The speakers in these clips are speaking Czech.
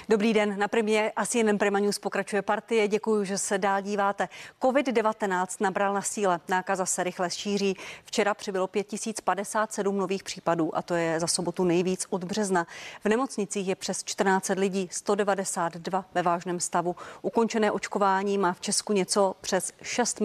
Dobrý den, na Primě a CNN Prima News pokračuje Partie. Děkuji, že se dál díváte. COVID-19 nabral na síle, nákaza se rychle šíří. Včera přibylo 5057 nových případů a to je za sobotu nejvíc od března. V nemocnicích je přes 14 lidí, 192 ve vážném stavu. Ukončené očkování má v Česku něco přes 6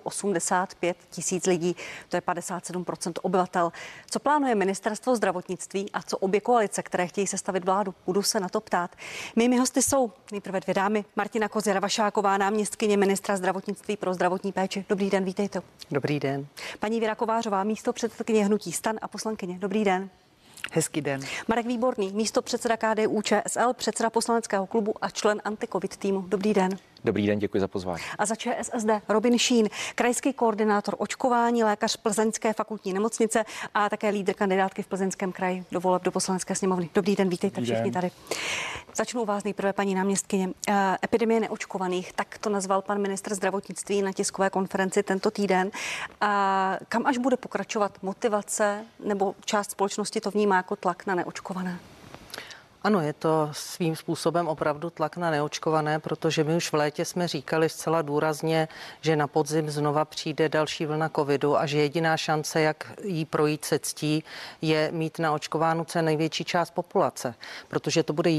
085 000 lidí, to je 57% obyvatel. Co plánuje ministerstvo zdravotnictví a co obě koalice, které chtějí sestavit vládu? Budu se na to ptát. Mými hosty jsou nejprve dvě dámy. Martina Kozjara-Vašáková, náměstkyně ministra zdravotnictví pro zdravotní péči. Dobrý den, vítejte. Dobrý den. Paní Věra Kovářová, místopředsedkyně hnutí STAN a poslankyně. Dobrý den. Hezký den. Marek Výborný, místopředseda KDU-ČSL, předseda poslaneckého klubu a člen anti-covid týmu. Dobrý den. Dobrý den, děkuji za pozvání. A za ČSSD Robin Šín, krajský koordinátor očkování, lékař Plzeňské fakultní nemocnice a také lídr kandidátky v Plzeňském kraji do voleb do Poslanecké sněmovny. Dobrý den, vítejte všichni tady. Začnu u vás nejprve, paní náměstkyně. Epidemie neočkovaných, tak to nazval pan ministr zdravotnictví na tiskové konferenci tento týden. A kam až bude pokračovat motivace, nebo část společnosti to vnímá jako tlak na neočkované? Ano, je to svým způsobem opravdu tlak na neočkované, protože my už v létě jsme říkali zcela důrazně, že na podzim znova přijde další vlna covidu a že jediná šance, jak jí projít se ctí, je mít naočkovánu co největší část populace, protože to bude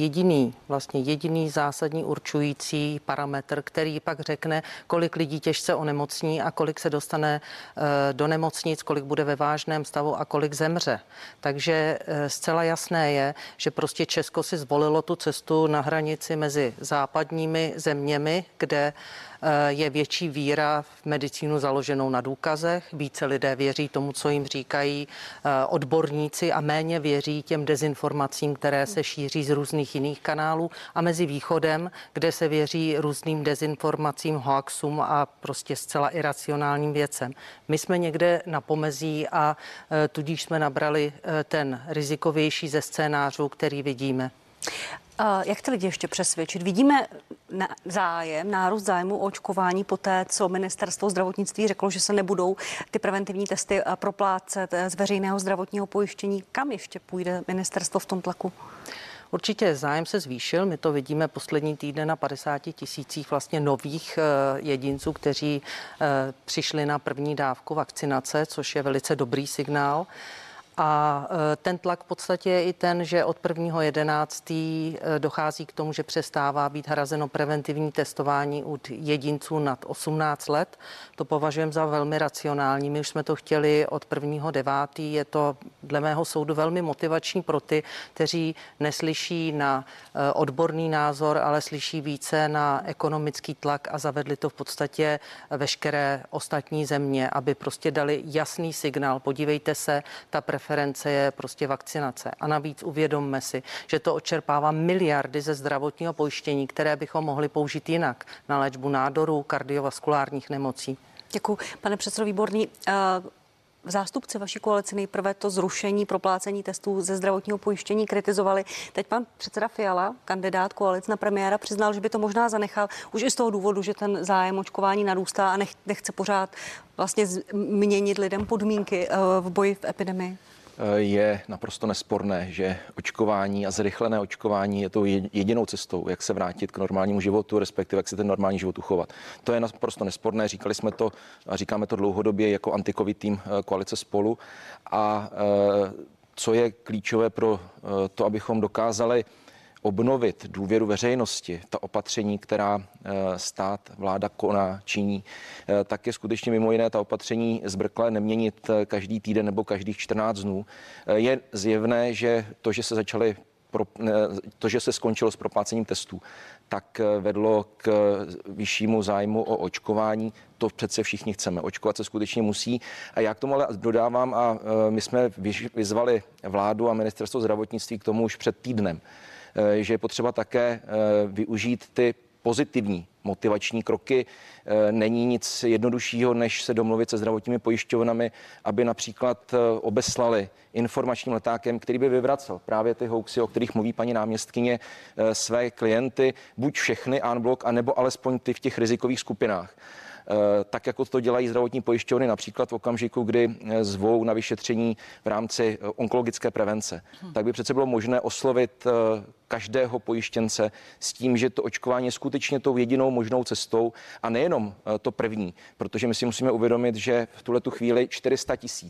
jediný zásadní určující parametr, který pak řekne, kolik lidí těžce onemocní a kolik se dostane do nemocnic, kolik bude ve vážném stavu a kolik zemře. Takže zcela jasné je, že prostě Česko si zvolilo tu cestu na hranici mezi západními zeměmi, kde je větší víra v medicínu založenou na důkazech. Více lidé věří tomu, co jim říkají odborníci a méně věří těm dezinformacím, které se šíří z různých jiných kanálů. A mezi východem, kde se věří různým dezinformacím, hoaxům a prostě zcela iracionálním věcem. My jsme někde na pomezí a tudíž jsme nabrali ten rizikovější ze scénářů, který vidíme. Jak ty lidi ještě přesvědčit? Vidíme nárůst zájmu o očkování po té, co ministerstvo zdravotnictví řeklo, že se nebudou ty preventivní testy proplácet z veřejného zdravotního pojištění. Kam ještě půjde ministerstvo v tom tlaku? Určitě zájem se zvýšil. My to vidíme poslední týden na 50 000 vlastně nových jedinců, kteří přišli na první dávku vakcinace, což je velice dobrý signál. A ten tlak v podstatě je i ten, že od 1.11. dochází k tomu, že přestává být hrazeno preventivní testování u jedinců nad 18 let. To považujeme za velmi racionální. My už jsme to chtěli od 1.9. Je to dle mého soudu velmi motivační pro ty, kteří neslyší na odborný názor, ale slyší více na ekonomický tlak a zavedli to v podstatě veškeré ostatní země, aby prostě dali jasný signál. Podívejte se, ta preference je prostě vakcinace. A navíc uvědomme si, že to odčerpává miliardy ze zdravotního pojištění, které bychom mohli použít jinak na léčbu nádorů, kardiovaskulárních nemocí. Děkuji. Pane předsedo Výborný, zástupci vaší koalice nejprve to zrušení proplácení testů ze zdravotního pojištění kritizovali. Teď pan předseda Fiala, kandidát koalice na premiéra, přiznal, že by to možná zanechal už i z toho důvodu, že ten zájem očkování narůstá a nechce pořád vlastně měnit lidem podmínky v boji v epidemii. Je naprosto nesporné, že očkování a zrychlené očkování je tou jedinou cestou, jak se vrátit k normálnímu životu, respektive jak se ten normální život uchovat. To je naprosto nesporné, říkali jsme to a říkáme to dlouhodobě jako anti-covid tým koalice Spolu. A co je klíčové pro to, abychom dokázali obnovit důvěru veřejnosti, ta opatření, která stát, vláda koná, činí, tak je skutečně mimo jiné ta opatření zbrkle neměnit každý týden nebo každých 14 dnů. Je zjevné, že to, že se skončilo s proplácením testů, tak vedlo k vyššímu zájmu o očkování. To přece všichni chceme. Očkovat se skutečně musí. A já k tomu ale dodávám, a my jsme vyzvali vládu a ministerstvo zdravotnictví k tomu už před týdnem, že je potřeba také využít ty pozitivní motivační kroky. Není nic jednoduššího, než se domluvit se zdravotními pojišťovnami, aby například obeslali informačním letákem, který by vyvracel právě ty hoaxy, o kterých mluví paní náměstkyně, své klienty, buď všechny en bloc, anebo alespoň ty v těch rizikových skupinách. tak jako to dělají zdravotní pojišťovny například v okamžiku, kdy zvou na vyšetření v rámci onkologické prevence, tak by přece bylo možné oslovit každého pojištěnce s tím, že to očkování je skutečně tou jedinou možnou cestou a nejenom to první, protože my si musíme uvědomit, že v tuhletu chvíli 400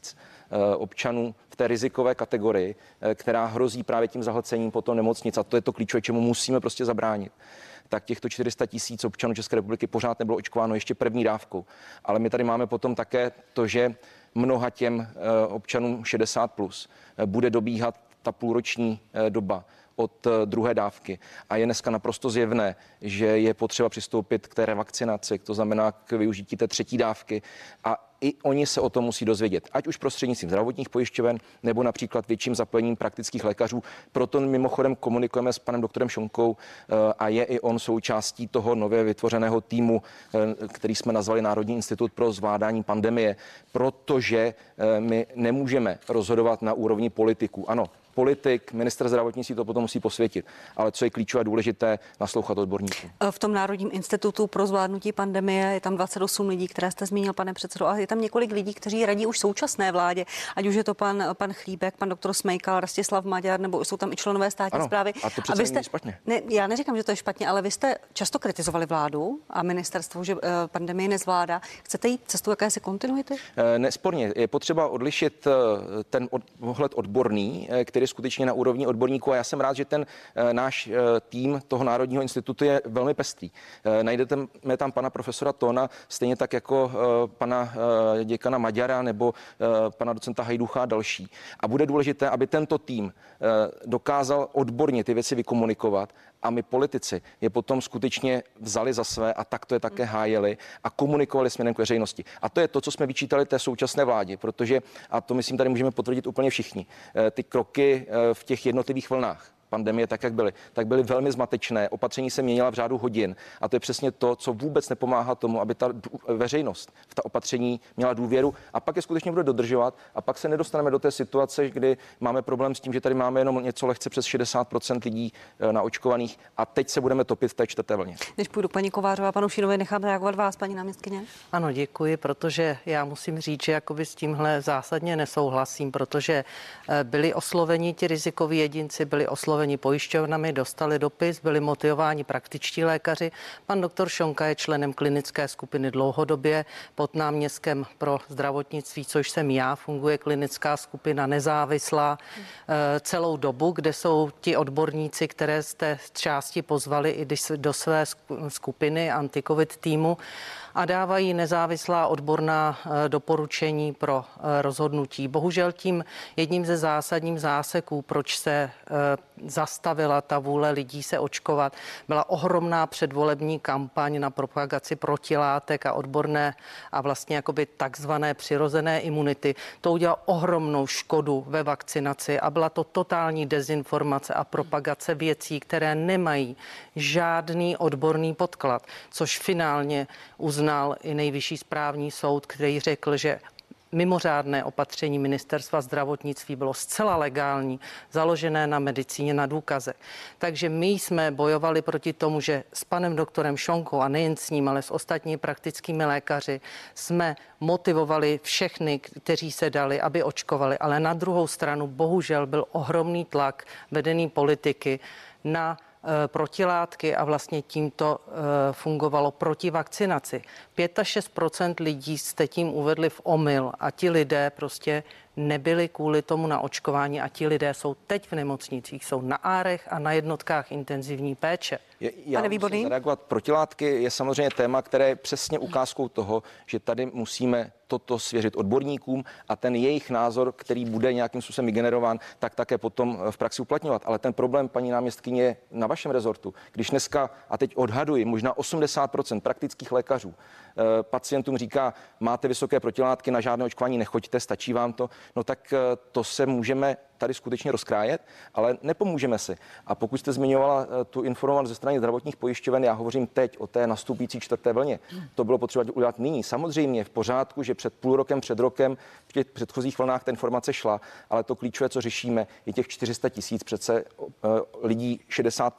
000 občanů v té rizikové kategorii, která hrozí právě tím zahlcením potom nemocnic, a to je to klíčové, čemu musíme prostě zabránit, tak těchto 400 000 občanů České republiky pořád nebylo očkováno ještě první dávkou. Ale my tady máme potom také to, že mnoha těm občanům 60+ bude dobíhat ta půlroční doba od druhé dávky. A je dneska naprosto zjevné, že je potřeba přistoupit k té revakcinaci, to znamená k využití té třetí dávky. A i oni se o tom musí dozvědět, ať už prostřednictvím zdravotních pojišťoven nebo například větším zapojením praktických lékařů. Proto mimochodem komunikujeme s panem doktorem Šonkou a je i on součástí toho nově vytvořeného týmu, který jsme nazvali Národní institut pro zvládání pandemie, protože my nemůžeme rozhodovat na úrovni politiků. Ano, politik, ministr zdravotnictví to potom musí posvětit. Ale co je klíčové a důležité, naslouchat odborníkům. V tom Národním institutu pro zvládnutí pandemie je tam 28 lidí, které jste zmínil, pane předsedo, a je tam několik lidí, kteří radí už současné vládě, ať už je to pan Chlíbek, pan doktor Smejkal, Rastislav Maďar, nebo jsou tam i členové státní správy. A to přece není špatně. Ne, já neříkám, že to je špatně, ale vy jste často kritizovali vládu a ministerstvo, že pandemii nezvládá. Chcete jít cestou jakési kontinuity? Nesporně je potřeba odlišit ten pohled odborný, který je skutečně na úrovni odborníků, a já jsem rád, že ten náš tým toho Národního institutu je velmi pestrý. Najdete tam pana profesora Tóna, stejně tak jako pana děkana Maďara nebo pana docenta Hajducha a další. A bude důležité, aby tento tým dokázal odborně ty věci vykomunikovat a my politici je potom skutečně vzali za své a tak to je také hájili a komunikovali směrem k veřejnosti. A to je to, co jsme vyčítali té současné vládě, protože, a to myslím tady můžeme potvrdit úplně všichni, ty kroky v těch jednotlivých vlnách pandemie, tak jak byly velmi zmatečné. Opatření se měnila v řádu hodin a to je přesně to, co vůbec nepomáhá tomu, aby ta veřejnost v ta opatření měla důvěru a pak je skutečně bude dodržovat a pak se nedostaneme do té situace, kdy máme problém s tím, že tady máme jenom něco lehce přes 60% lidí naočkovaných a teď se budeme topit v té čtvrté vlně. Než půjdu paní Kovářová, panu Šínovi, nechám reagovat vás, paní náměstkyně. Ano, děkuji, protože já musím říct, že jakoby s tímhle zásadně nesouhlasím, protože byli osloveni ti rizikoví jedinci, byli osloveni pojišťovnami, dostali dopis, byli motivováni praktičtí lékaři. Pan doktor Šonka je členem klinické skupiny dlouhodobě pod náměstkem pro zdravotnictví, což jsem já, funguje klinická skupina nezávislá celou dobu, kde jsou ti odborníci, které jste z části pozvali i do své skupiny anti-covid týmu a dávají nezávislá odborná doporučení pro rozhodnutí. Bohužel tím jedním ze zásadních záseků, proč se zastavila ta vůle lidí se očkovat, byla ohromná předvolební kampaň na propagaci protilátek a odborné a vlastně jakoby takzvané přirozené imunity. To udělalo ohromnou škodu ve vakcinaci a byla to totální dezinformace a propagace věcí, které nemají žádný odborný podklad, což finálně uznal i Nejvyšší správní soud, který řekl, že mimořádné opatření ministerstva zdravotnictví bylo zcela legální, založené na medicíně, na důkazech. Takže my jsme bojovali proti tomu, že s panem doktorem Šonkou a nejen s ním, ale s ostatními praktickými lékaři jsme motivovali všechny, kteří se dali, aby očkovali. Ale na druhou stranu bohužel byl ohromný tlak vedený politiky na protilátky a vlastně tímto fungovalo proti vakcinaci. 5-6% lidí jste tím uvedli v omyl a ti lidé prostě nebyli kvůli tomu na očkování a ti lidé jsou teď v nemocnicích, jsou na árech a na jednotkách intenzivní péče. Já musím zareagovat. Protilátky je samozřejmě téma, které je přesně ukázkou toho, že tady musíme toto svěřit odborníkům a ten jejich názor, který bude nějakým způsobem vygenerován, tak také potom v praxi uplatňovat. Ale ten problém, paní náměstkyně, je na vašem rezortu. Když dneska, a teď odhaduji, možná 80% praktických lékařů pacientům říká, máte vysoké protilátky, na žádné očkování nechoďte, stačí vám to, no tak to se můžeme tady skutečně rozkrájet, ale nepomůžeme si. A pokud jste zmiňovala tu informovanost ze strany zdravotních pojišťoven, já hovořím teď o té nastupující čtvrté vlně. To bylo potřeba udělat nyní. Samozřejmě v pořádku, že před půl rokem, před rokem v těch předchozích vlnách ta informace šla, ale to klíčové, co řešíme, je těch 400 000 přece lidí 60+,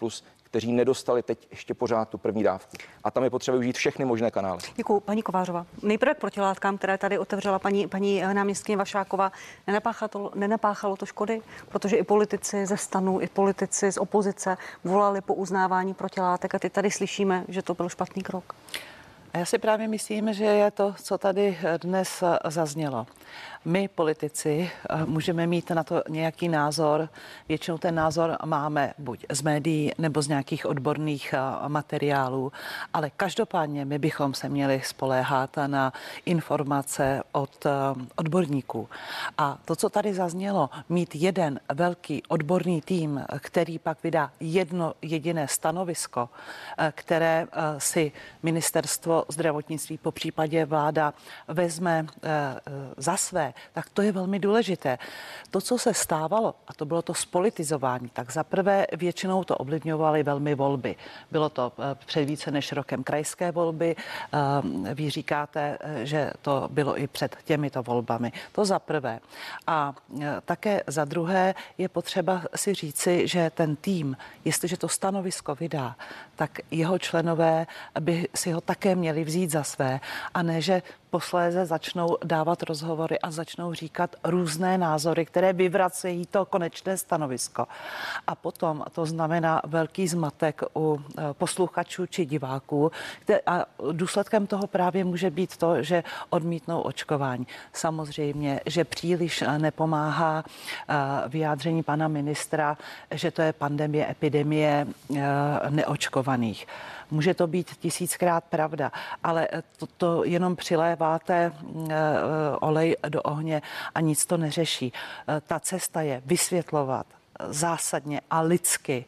kteří nedostali teď ještě pořád tu první dávku. A tam je potřeba využít všechny možné kanály. Děkuji, paní Kovářová. Nejprve k protilátkám, které tady otevřela paní náměstkyně Vašáková. Nenapáchalo to škody, protože i politici ze STANu, i politici z opozice volali po uznávání protilátek a teď tady slyšíme, že to byl špatný krok. A já si právě myslím, že je to, co tady dnes zaznělo. My, politici, můžeme mít na to nějaký názor. Většinou ten názor máme buď z médií nebo z nějakých odborných materiálů, ale každopádně my bychom se měli spoléhat na informace od odborníků. A to, co tady zaznělo, mít jeden velký odborný tým, který pak vydá jedno jediné stanovisko, které si ministerstvo zdravotnictví, po případě vláda vezme za své, tak to je velmi důležité. To, co se stávalo, a to bylo to spolitizování, tak zaprvé většinou to ovlivňovaly velmi volby. Bylo to před více než rokem krajské volby. Vy říkáte, že to bylo i před těmito volbami. To za prvé. A také za druhé je potřeba si říci, že ten tým, jestliže to stanovisko vydá, tak jeho členové by si ho také měli vzít za své a ne, že posléze začnou dávat rozhovory a začnou říkat různé názory, které vyvracejí to konečné stanovisko. A potom to znamená velký zmatek u posluchačů či diváků. A důsledkem toho právě může být to, že odmítnou očkování. Samozřejmě, že příliš nepomáhá vyjádření pana ministra, že to je pandemie, epidemie neočkovaných. Může to být 1000krát pravda, ale to jenom přiléváte olej do ohně a nic to neřeší. Ta cesta je vysvětlovat zásadně a lidsky,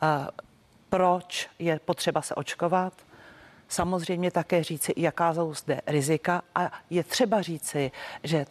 proč je potřeba se očkovat. Samozřejmě také říci, jaká jsou zde rizika a je třeba říci, že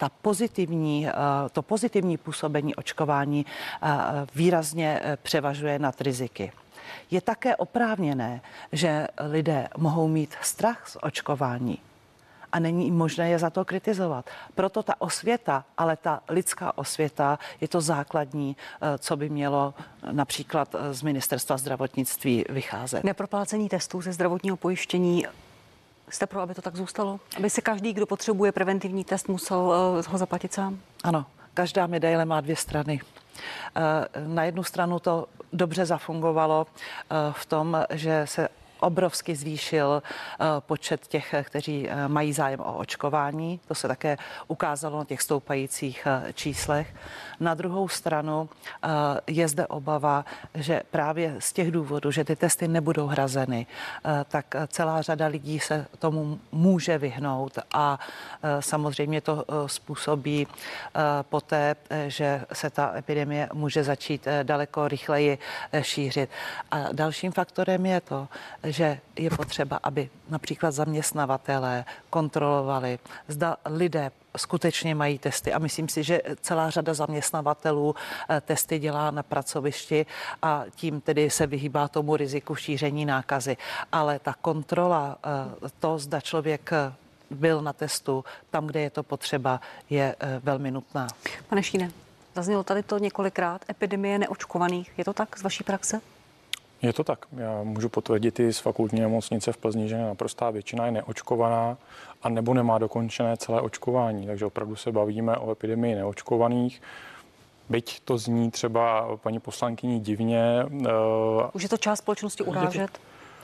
to pozitivní působení očkování výrazně převažuje nad riziky. Je také oprávněné, že lidé mohou mít strach z očkování a není možné je za to kritizovat. Proto ta osvěta, ale ta lidská osvěta je to základní, co by mělo například z ministerstva zdravotnictví vycházet. Neproplácení testů ze zdravotního pojištění. Jste pro, aby to tak zůstalo? Aby si každý, kdo potřebuje preventivní test, musel ho zaplatit sám? Ano, každá medaile má dvě strany. Na jednu stranu to dobře zafungovalo v tom, že se obrovsky zvýšil počet těch, kteří mají zájem o očkování. To se také ukázalo na těch stoupajících číslech. Na druhou stranu je zde obava, že právě z těch důvodů, že ty testy nebudou hrazeny, tak celá řada lidí se tomu může vyhnout a samozřejmě to způsobí poté, že se ta epidemie může začít daleko rychleji šířit. A dalším faktorem je to, že je potřeba, aby například zaměstnavatelé kontrolovali, zda lidé skutečně mají testy. A myslím si, že celá řada zaměstnavatelů testy dělá na pracovišti a tím tedy se vyhýbá tomu riziku šíření nákazy. Ale ta kontrola, to, zda člověk byl na testu tam, kde je to potřeba, je velmi nutná. Pane Šíne, zaznělo tady to několikrát, epidemie neočkovaných. Je to tak z vaší praxe? Je to tak. Já můžu potvrdit i z fakultní nemocnice v Plzni, že naprostá většina je neočkovaná a nebo nemá dokončené celé očkování. Takže opravdu se bavíme o epidemii neočkovaných. Byť to zní třeba paní poslankyni divně. Už je to část společnosti urážet?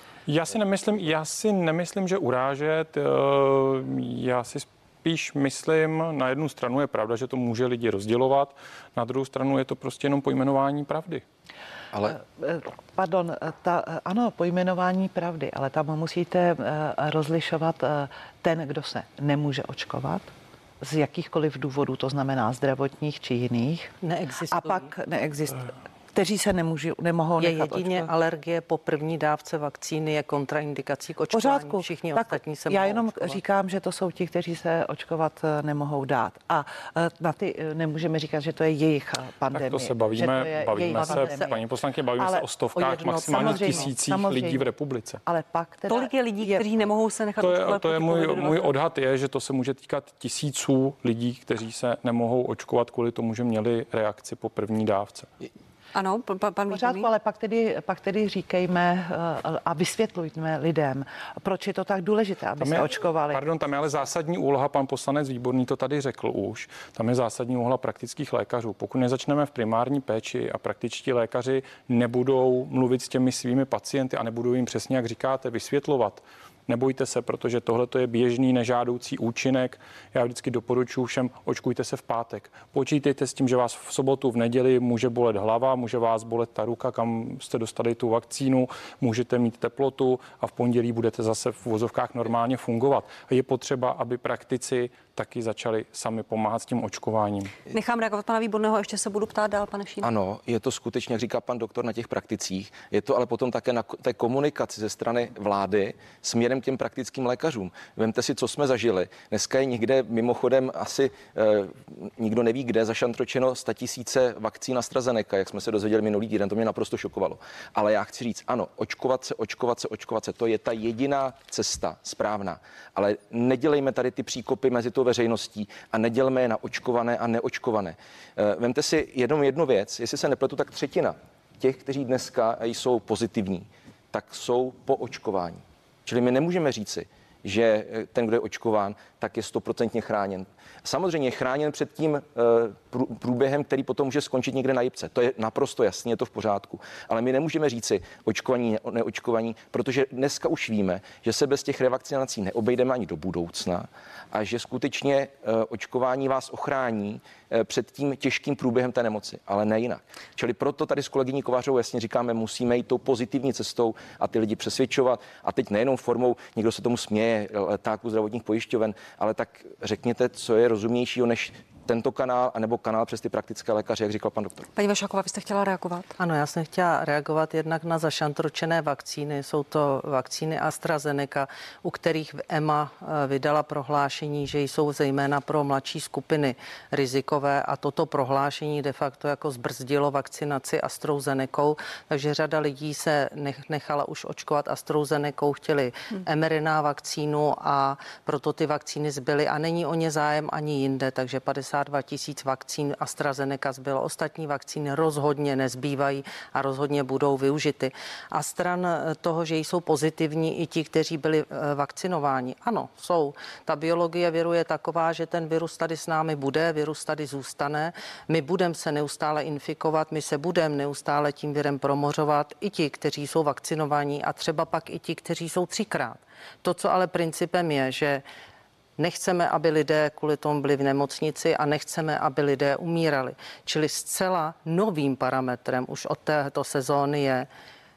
Já si nemyslím, že urážet. Já si spíš myslím, na jednu stranu je pravda, že to může lidi rozdělovat, na druhou stranu je to prostě jenom pojmenování pravdy. Ale Pardon, ano, pojmenování pravdy, ale tam musíte rozlišovat ten, kdo se nemůže očkovat, z jakýchkoliv důvodů, to znamená zdravotních či jiných. Neexistují. A pak neexistuje. Kteří se nemohou je nechat jedině očkovat. alergie po první dávce vakcíny je kontraindikací k očkování. Pořádku. Všichni Tak ostatní se já mohou jenom očkovat. říkám, že to jsou ti, kteří se očkovat nemohou dát. A na ty nemůžeme říkat, že to je jejich pandemie. Tak to se že bavíme jejich se, pandemie. paní poslankyně, bavíme Ale se o stovkách, o maximálně samozřejmě, tisících samozřejmě. lidí v republice. Ale pak teda Tolik je lidí, kteří nemohou se nechat očkovat. To je proti můj covidu-19. odhad je, že to se může týkat tisíců lidí, kteří se nemohou očkovat kvůli tomu, že měli reakci po první dávce. Ano, pan Pořádku, ale pak tedy říkejme a vysvětlujme lidem, proč je to tak důležité, aby se očkovali. Pardon, tam je ale zásadní úloha, pan poslanec Výborný to tady řekl už, tam je zásadní úloha praktických lékařů. Pokud nezačneme v primární péči a praktičtí lékaři nebudou mluvit s těmi svými pacienty a nebudou jim přesně, jak říkáte, vysvětlovat, nebojte se, protože tohle je běžný nežádoucí účinek. Já vždycky doporučuji všem, očkujte se v pátek. Počítejte s tím, že vás v sobotu, v neděli může bolet hlava, může vás bolet ta ruka, kam jste dostali tu vakcínu, můžete mít teplotu a v pondělí budete zase v vozovkách normálně fungovat. Je potřeba, aby praktici taky začali sami pomáhat s tím očkováním. Nechám reagovat pana Výborného, ještě se budu ptát dál, pane Šín. Ano, je to skutečně, jak říká pan doktor, na těch prakticích. Je to ale potom také na té komunikaci ze strany vlády směrem k těm praktickým lékařům. Vemte si, co jsme zažili. Dneska je někde, mimochodem, asi nikdo neví kde, zašantročeno 100 000 vakcín AstraZeneca, jak jsme se dozvěděli minulý týden, to mě naprosto šokovalo. Ale já chci říct, ano, očkovat se, to je ta jediná cesta správná. Ale nedělejme tady ty příkopy mezi tou veřejností a nedělme je na očkované a neočkované. Vemte si jednu věc, jestli se nepletu, tak třetina těch, kteří dneska jsou pozitivní, tak jsou po očkování. Čili my nemůžeme říci, že ten, kdo je očkován, tak je 100% chráněn. Samozřejmě je chráněn před tím průběhem, který potom může skončit někde na jipce. To je naprosto jasně, je to v pořádku. Ale my nemůžeme říci očkovaní, neočkovaní, protože dneska už víme, že se bez těch revakcinací neobejdeme ani do budoucna a že skutečně očkování vás ochrání před tím těžkým průběhem té nemoci, ale ne jinak. Čili proto tady s kolegyní Kovářovou jasně říkáme, musíme jít tou pozitivní cestou a ty lidi přesvědčovat. A teď nejenom formou, někdo se tomu směje, letáků zdravotních pojišťoven, ale tak řekněte, co je rozumnějšího než tento kanál, anebo kanál přes ty praktické lékaře, jak říkal pan doktor. Paní Vašáková, vy jste chtěla reagovat? Ano, já jsem chtěla reagovat jednak na zašantročené vakcíny. Jsou to vakcíny AstraZeneca, u kterých EMA vydala prohlášení, že jsou zejména pro mladší skupiny rizikové a toto prohlášení de facto jako zbrzdilo vakcinaci AstraZenecou, takže řada lidí se nechala už očkovat AstraZenecou, chtěli mRNA vakcínu a proto ty vakcíny zbyly a není o ně zájem ani jinde, takže 52 000 vakcín AstraZeneca zbylo. Ostatní vakcíny rozhodně nezbývají a rozhodně budou využity. A stran toho, že jsou pozitivní i ti, kteří byli vakcinováni. Ano, jsou. Ta biologie viru je taková, že ten virus tady s námi bude, virus tady zůstane. My budeme se neustále infikovat, my se budeme neustále tím virem promořovat. I ti, kteří jsou vakcinovaní a třeba pak i ti, kteří jsou 3krát. To, co ale principem je, že nechceme, aby lidé kvůli tomu byli v nemocnici a nechceme, aby lidé umírali. Čili zcela novým parametrem už od této sezóny je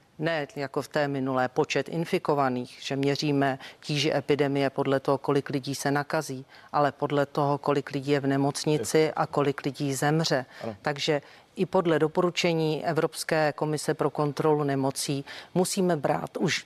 ne jako v té minulé počet infikovaných, že měříme tíži epidemie podle toho, kolik lidí se nakazí, ale podle toho, kolik lidí je v nemocnici a kolik lidí zemře. Takže i podle doporučení Evropské komise pro kontrolu nemocí musíme brát už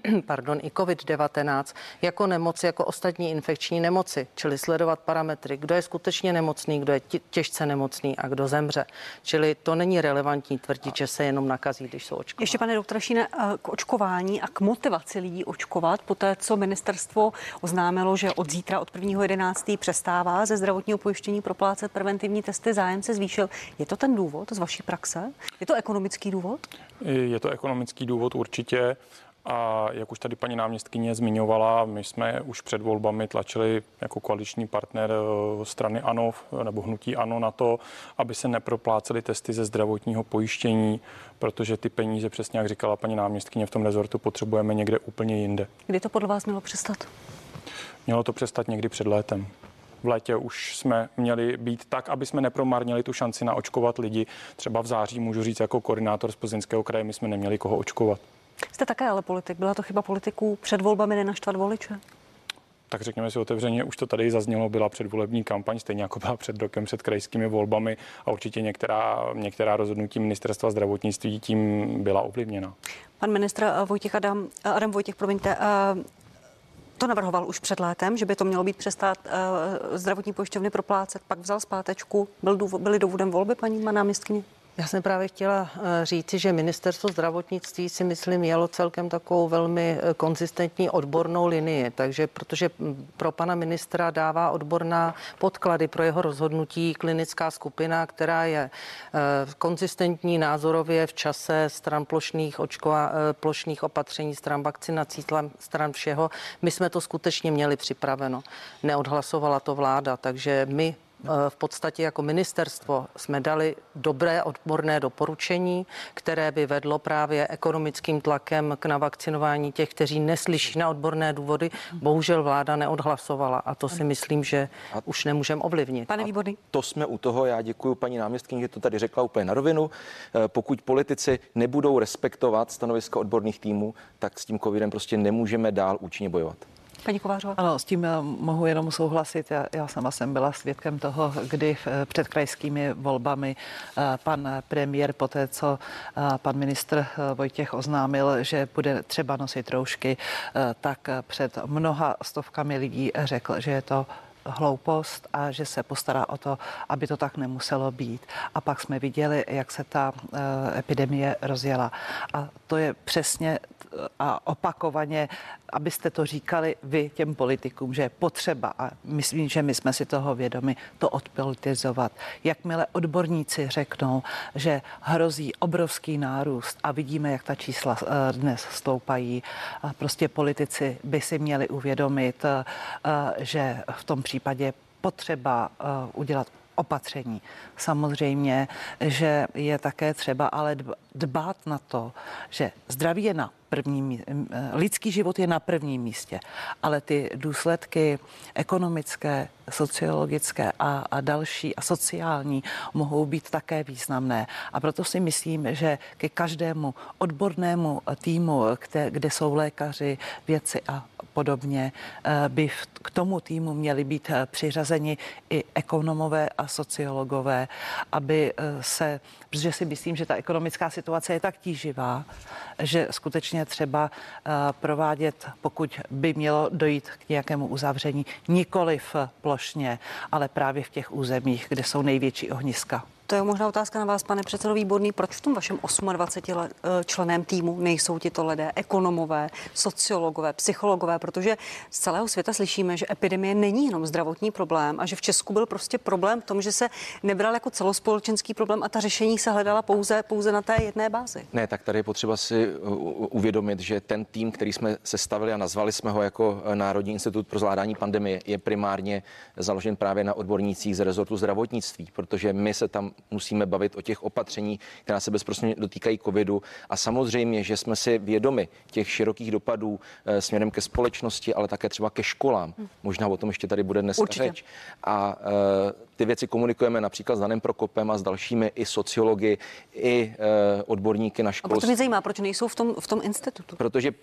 i COVID-19 jako nemoci, jako ostatní infekční nemoci, čili sledovat parametry, kdo je skutečně nemocný, kdo je těžce nemocný a kdo zemře. Čili to není relevantní tvrdit, že se jenom nakazí, když jsou očkováni. Ještě, pane doktore Šíne, k očkování a k motivaci lidí očkovat, poté co ministerstvo oznámilo, že od zítra, od 1.11. přestává ze zdravotního pojištění proplácet preventivní testy, zájem se zvýšil. Je to ten důvod z vaší praxe? Je to ekonomický důvod? Je to ekonomický důvod určitě. A jak už tady paní náměstkyně zmiňovala, my jsme už před volbami tlačili jako koaliční partner strany ANO nebo hnutí ANO na to, aby se neproplácely testy ze zdravotního pojištění, protože ty peníze, přesně jak říkala paní náměstkyně, v tom rezortu potřebujeme někde úplně jinde. Kdy to podle vás mělo přestat? Mělo to přestat někdy před létem. V létě už jsme měli být tak, aby jsme nepromarnili tu šanci naočkovat lidi. Třeba v září můžu říct jako koordinátor z Plzeňského kraje, my jsme neměli koho očkovat. Jste také ale politik. Byla to chyba politiků před volbami nenaštvat voliče? Tak řekněme si otevřeně, už to tady zaznělo, byla předvolební kampaň, stejně jako byla před rokem před krajskými volbami a určitě některá rozhodnutí ministerstva zdravotnictví tím byla ovlivněna. Pan ministr Adam Vojtěch, to navrhoval už před létem, že by to mělo být přestat zdravotní pojišťovny proplácet, pak vzal zpátečku. Byly důvodem volby, paní náměstkyně? Já jsem právě chtěla říci, že ministerstvo zdravotnictví si myslím jelo celkem takovou velmi konzistentní odbornou linii, takže protože pro pana ministra dává odborná podklady pro jeho rozhodnutí klinická skupina, která je konzistentní názorově v čase stran plošných opatření, stran vakcinací, stran všeho. My jsme to skutečně měli připraveno. Neodhlasovala to vláda, takže my v podstatě jako ministerstvo jsme dali dobré odborné doporučení, které by vedlo právě ekonomickým tlakem k navakcinování těch, kteří neslyší na odborné důvody. Bohužel vláda neodhlasovala a to si myslím, že už nemůžeme ovlivnit. Pane Výborný. To jsme u toho. Já děkuji paní náměstkyni, že to tady řekla úplně na rovinu. Pokud politici nebudou respektovat stanoviska odborných týmů, tak s tím covidem prostě nemůžeme dál účinně bojovat. Paní Kovářová. Ano, s tím mohu jenom souhlasit. Já sama jsem byla svědkem toho, kdy před krajskými volbami pan premiér poté, co pan ministr Vojtěch oznámil, že bude třeba nosit roušky, tak před mnoha stovkami lidí řekl, že je to hloupost a že se postará o to, aby to tak nemuselo být. A pak jsme viděli, jak se ta epidemie rozjela. A to je přesně a opakovaně, abyste to říkali vy těm politikům, že je potřeba, a myslím, že my jsme si toho vědomi, to odpolitizovat. Jakmile odborníci řeknou, že hrozí obrovský nárůst a vidíme, jak ta čísla dnes stoupají, prostě politici by si měli uvědomit, že v tom případě potřeba udělat opatření. Samozřejmě, že je také třeba ale dbát na to, že zdraví je na lidský život je na prvním místě, ale ty důsledky ekonomické, sociologické a další a sociální mohou být také významné. A proto si myslím, že ke každému odbornému týmu, kde jsou lékaři, vědci a podobně, by k tomu týmu měli být přiřazeni i ekonomové a sociologové, aby protože si myslím, že ta ekonomická situace je tak tíživá, že skutečně třeba provádět, pokud by mělo dojít k nějakému uzavření, nikoliv plošně, ale právě v těch územích, kde jsou největší ohniska. To je možná otázka na vás, pane předsedo Výborný. Proč v tom vašem 28 členném týmu nejsou tito lidé, ekonomové, sociologové, psychologové? Protože z celého světa slyšíme, že epidemie není jenom zdravotní problém a že v Česku byl prostě problém v tom, že se nebral jako celospolečenský problém a ta řešení se hledala pouze na té jedné bázi. Ne, tak tady je potřeba si uvědomit, že ten tým, který jsme sestavili a nazvali jsme ho jako Národní institut pro zvládání pandemie, je primárně založen právě na odbornících z rezortu zdravotnictví, protože my se tam musíme bavit o těch opatření, která se bezprostředně dotýkají covidu. A samozřejmě, že jsme si vědomi těch širokých dopadů směrem ke společnosti, ale také třeba ke školám. Možná o tom ještě tady bude dnes řeč. A ty věci komunikujeme například s Danem Prokopem a s dalšími i sociology, i odborníky na školství. A proto mě zajímá, proč nejsou v tom institutu? Protože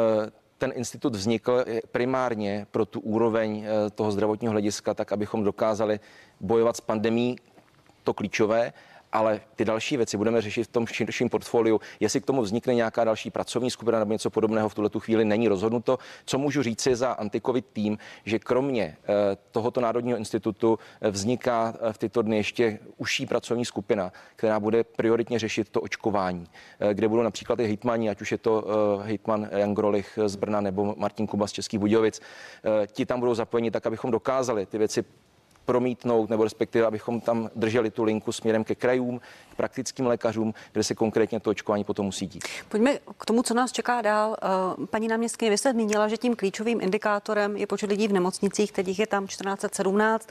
ten institut vznikl primárně pro tu úroveň toho zdravotního hlediska, tak abychom dokázali bojovat s pandemií, to klíčové, ale ty další věci budeme řešit v tom širším portfoliu. Jestli k tomu vznikne nějaká další pracovní skupina nebo něco podobného, v tuhletu chvíli není rozhodnuto. Co můžu říci za anti-covid tým, že kromě tohoto Národního institutu vzniká v tyto dny ještě užší pracovní skupina, která bude prioritně řešit to očkování, kde budou například i hejtmani, ať už je to hejtman Jan Grolich z Brna nebo Martin Kuba z Českých Budějovic. Ti tam budou zapojeni tak, abychom dokázali ty věci promítnout, nebo respektive, abychom tam drželi tu linku směrem ke krajům, k praktickým lékařům, kde se konkrétně to očkování potom musí dít. Pojďme k tomu, co nás čeká dál. Paní náměstkyně, vy jste zmínila, že tím klíčovým indikátorem je počet lidí v nemocnicích, kterých je tam 1417,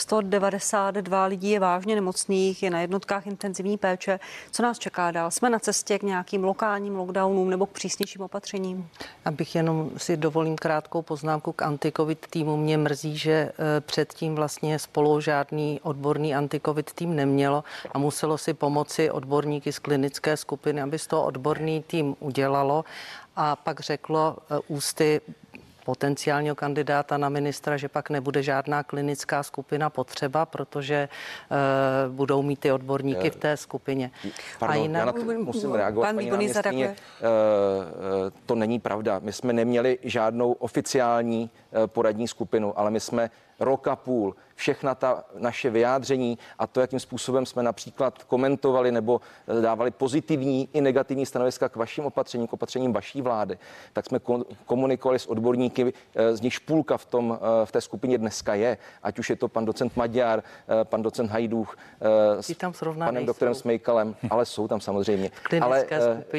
192 lidí je vážně nemocných, je na jednotkách intenzivní péče. Co nás čeká dál? Jsme na cestě k nějakým lokálním lockdownům nebo k přísnějším opatřením? Abych jenom si dovolím krátkou poznámku k anti-covid týmu. Mě mrzí, že předtím vlastně spolu žádný odborný anti-covid tým nemělo a muselo si pomoci odborníky z klinické skupiny, aby z toho odborný tým udělalo a pak řeklo ústy potenciálního kandidáta na ministra, že pak nebude žádná klinická skupina potřeba, protože budou mít ty odborníky v té skupině. Pardon, já na to musím reagovat, paní náměstkyně. To není pravda. My jsme neměli žádnou oficiální poradní skupinu, ale my jsme rok a půl všechna ta naše vyjádření a to, jakým způsobem jsme například komentovali nebo dávali pozitivní i negativní stanoviska k vašim opatřením, k opatřením vaší vlády, tak jsme komunikovali s odborníky, z nichž půlka v té skupině dneska je, ať už je to pan docent Maďar, pan docent Hajdúch, s panem doktorem Smejkalem, ale jsou tam samozřejmě. Ale